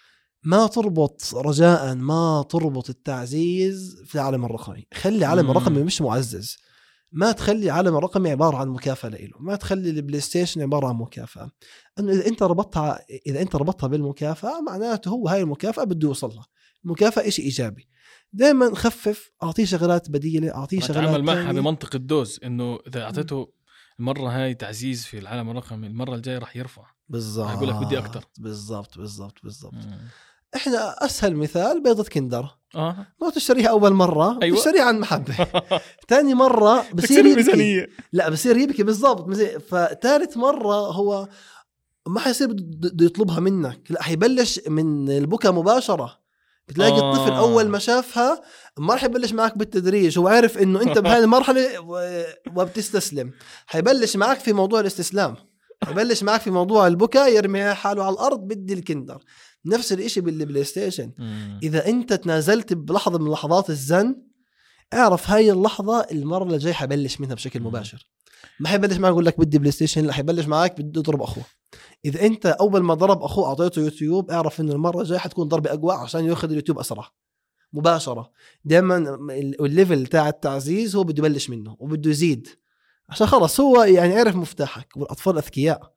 ما تربط رجاء ما تربط التعزيز في العالم الرقمي. خلي عالم الرقمي مش معزز، ما تخلي العالم الرقمي عبارة عن مكافأة له، ما تخلي البلاي ستيشن عبارة عن مكافأة. أنه إذا أنت ربطها إذا أنت ربطها بالمكافأة معناته هو هاي المكافأة بده يوصلها. المكافأة إشي إيجابي. دائما خفف، أعطيه شغلات بديلة، أعطيه شغلات تعمل معها بمنطق الدوز، إنه إذا أعطيته المرة هاي تعزيز في العالم الرقمي، المرة الجاية راح يرفع. بالضبط، يقول لك بدي أكتر. بالضبط بالضبط بالضبط. إحنا أسهل مثال بيضة كندر. آه. ما تشتريها أول مرة، أيوة. تشتريها عن محبة. تاني مرة بصير يبكي. لا بصير يبكي بالضبط. فثالث مرة هو ما حيصير بده يطلبها منك، لا حيبلش من البكاء مباشرة. بتلاقي آه. الطفل أول ما شافها ما رح يبلش معك بالتدريج، هو عارف إنه أنت بهذه المرحلة وبتستسلم، حيبلش معك في موضوع الاستسلام. يبلش معك في موضوع البكاء يرمي حاله على الأرض بدي الكندر. نفس الاشي بالبلاي ستيشن. إذا أنت تنازلت بلحظة من لحظات الزن اعرف هاي اللحظة المرة اللي جاي حبلش منها بشكل مباشر. ما حيبلش معك يقول لك بدي بلاي ستيشن، لا حيبلش معك بدي اضرب أخوه. إذا أنت أول ما ضرب أخوه أعطيته يوتيوب اعرف إنه المرة الجاي حتكون ضربة أقوى عشان يأخذ اليوتيوب أسرع مباشرة. دائما الليفل تاع التعزيز هو بده يبلش منه وبده يزيد عشان خلص هو يعني عرف مفتاحك. والأطفال أذكياء.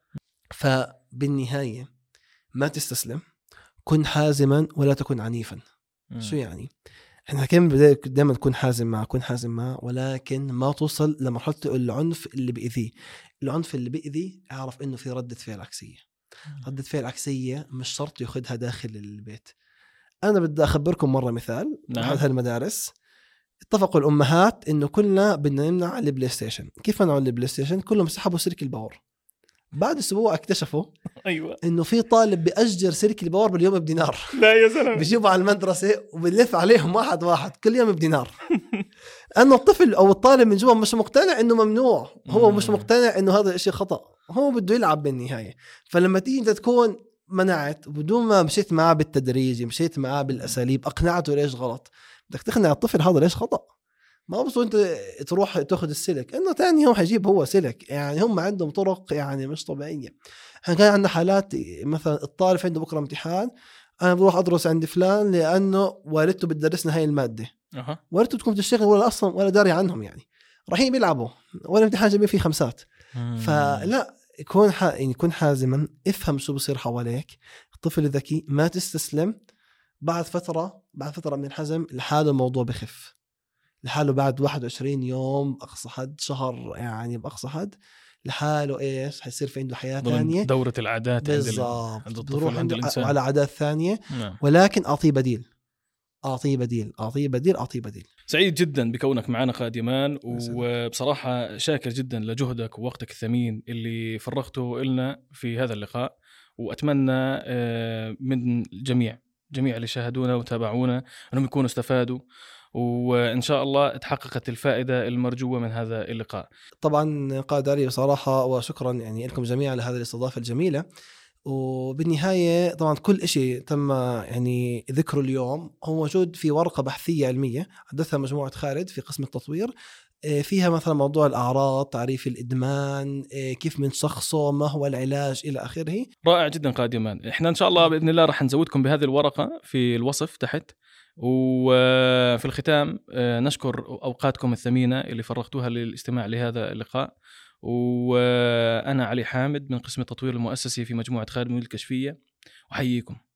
فبالنهاية ما تستسلم، كن حازما ولا تكن عنيفا. م. شو يعني؟ احنا كم بداية دائما تكون حازم معه كن حازم معه ولكن ما توصل لمرحلة العنف اللي بيأذيه. العنف اللي بيأذي اعرف انه في ردة فعل عكسية. ردة فعل عكسية مش شرط ياخدها داخل البيت. انا بدي اخبركم مرة مثال. نعم. احد هالمدارس اتفقوا الامهات انه كلنا بدنا نمنع البلاي ستيشن. كيف منعوا البلاي ستيشن؟ كلهم سحبوا سلك الباور. بعد اسبوع اكتشفوا ايوه انه في طالب بيأجر سلك الباور باليوم بدينار. لا يا زلمه بيجيبوا على المدرسه وبنلف عليهم واحد واحد كل يوم بدينار. انه الطفل او الطالب من جوا مش مقتنع انه ممنوع، هو مش مقتنع انه هذا الشيء خطأ، هو بده يلعب بالنهايه. فلما تيجي انت تكون منعت بدون ما مشيت معاه بالتدريج، مشيت معاه بالاساليب، اقنعته ليش غلط. بدك تقنع الطفل هذا ليش خطأ. ما بس انت تروح تاخذ السلك انه تاني يوم حيجيب هو سلك. يعني هم عندهم طرق يعني مش طبيعيه. احنا كان عندنا حالات مثلا الطالب عنده بكره امتحان، انا بروح ادرس عند فلان لانه والدته بتدرسنا هاي الماده. أه. والدته تكون تشتغل ولا اصلا ولا داري عنهم، يعني رايحين بيلعبوا ولا امتحان جايبين فيه خمسات. مم. فلا يكون ح... يعني يكون حازما، افهم شو بصير حواليك. الطفل ذكي، ما تستسلم. بعد فتره بعد فتره من الحزم لحاله الموضوع بخف لحاله. بعد واحد وعشرين يوم أقصى حد، شهر يعني بأقصى حد، لحاله إيش حيصير في عنده حياة ثانية. دورة العادات بالضبط، عند الطفل عنده الإنسان على عادات ثانية. نعم. ولكن أعطيه بديل أعطيه بديل أعطيه بديل أعطيه بديل. سعيد جدا بكونك معنا قائد إيمان، وبصراحة شاكر جدا لجهدك ووقتك الثمين اللي فرغته لنا في هذا اللقاء. وأتمنى من الجميع جميع اللي شاهدونا وتابعونا أنهم يكونوا استفادوا، وإن شاء الله تحققت الفائدة المرجوة من هذا اللقاء. طبعا قائد علي بصراحة وشكرا يعني لكم جميعا لهذه الاستضافة الجميلة. وبالنهاية طبعا كل إشي تم يعني ذكره اليوم هو موجود في ورقة بحثية علمية حدثها مجموعة خالد في قسم التطوير، فيها مثلا موضوع الأعراض، تعريف الإدمان، كيف من شخصه، ما هو العلاج إلى آخره. رائع جدا قائد إيمان. إحنا إن شاء الله بإذن الله رح نزودكم بهذه الورقة في الوصف تحت. وفي الختام نشكر أوقاتكم الثمينة اللي فرغتوها للاستماع لهذا اللقاء. وأنا علي حامد من قسم التطوير المؤسسي في مجموعة خادم الكشفية، وحييكم.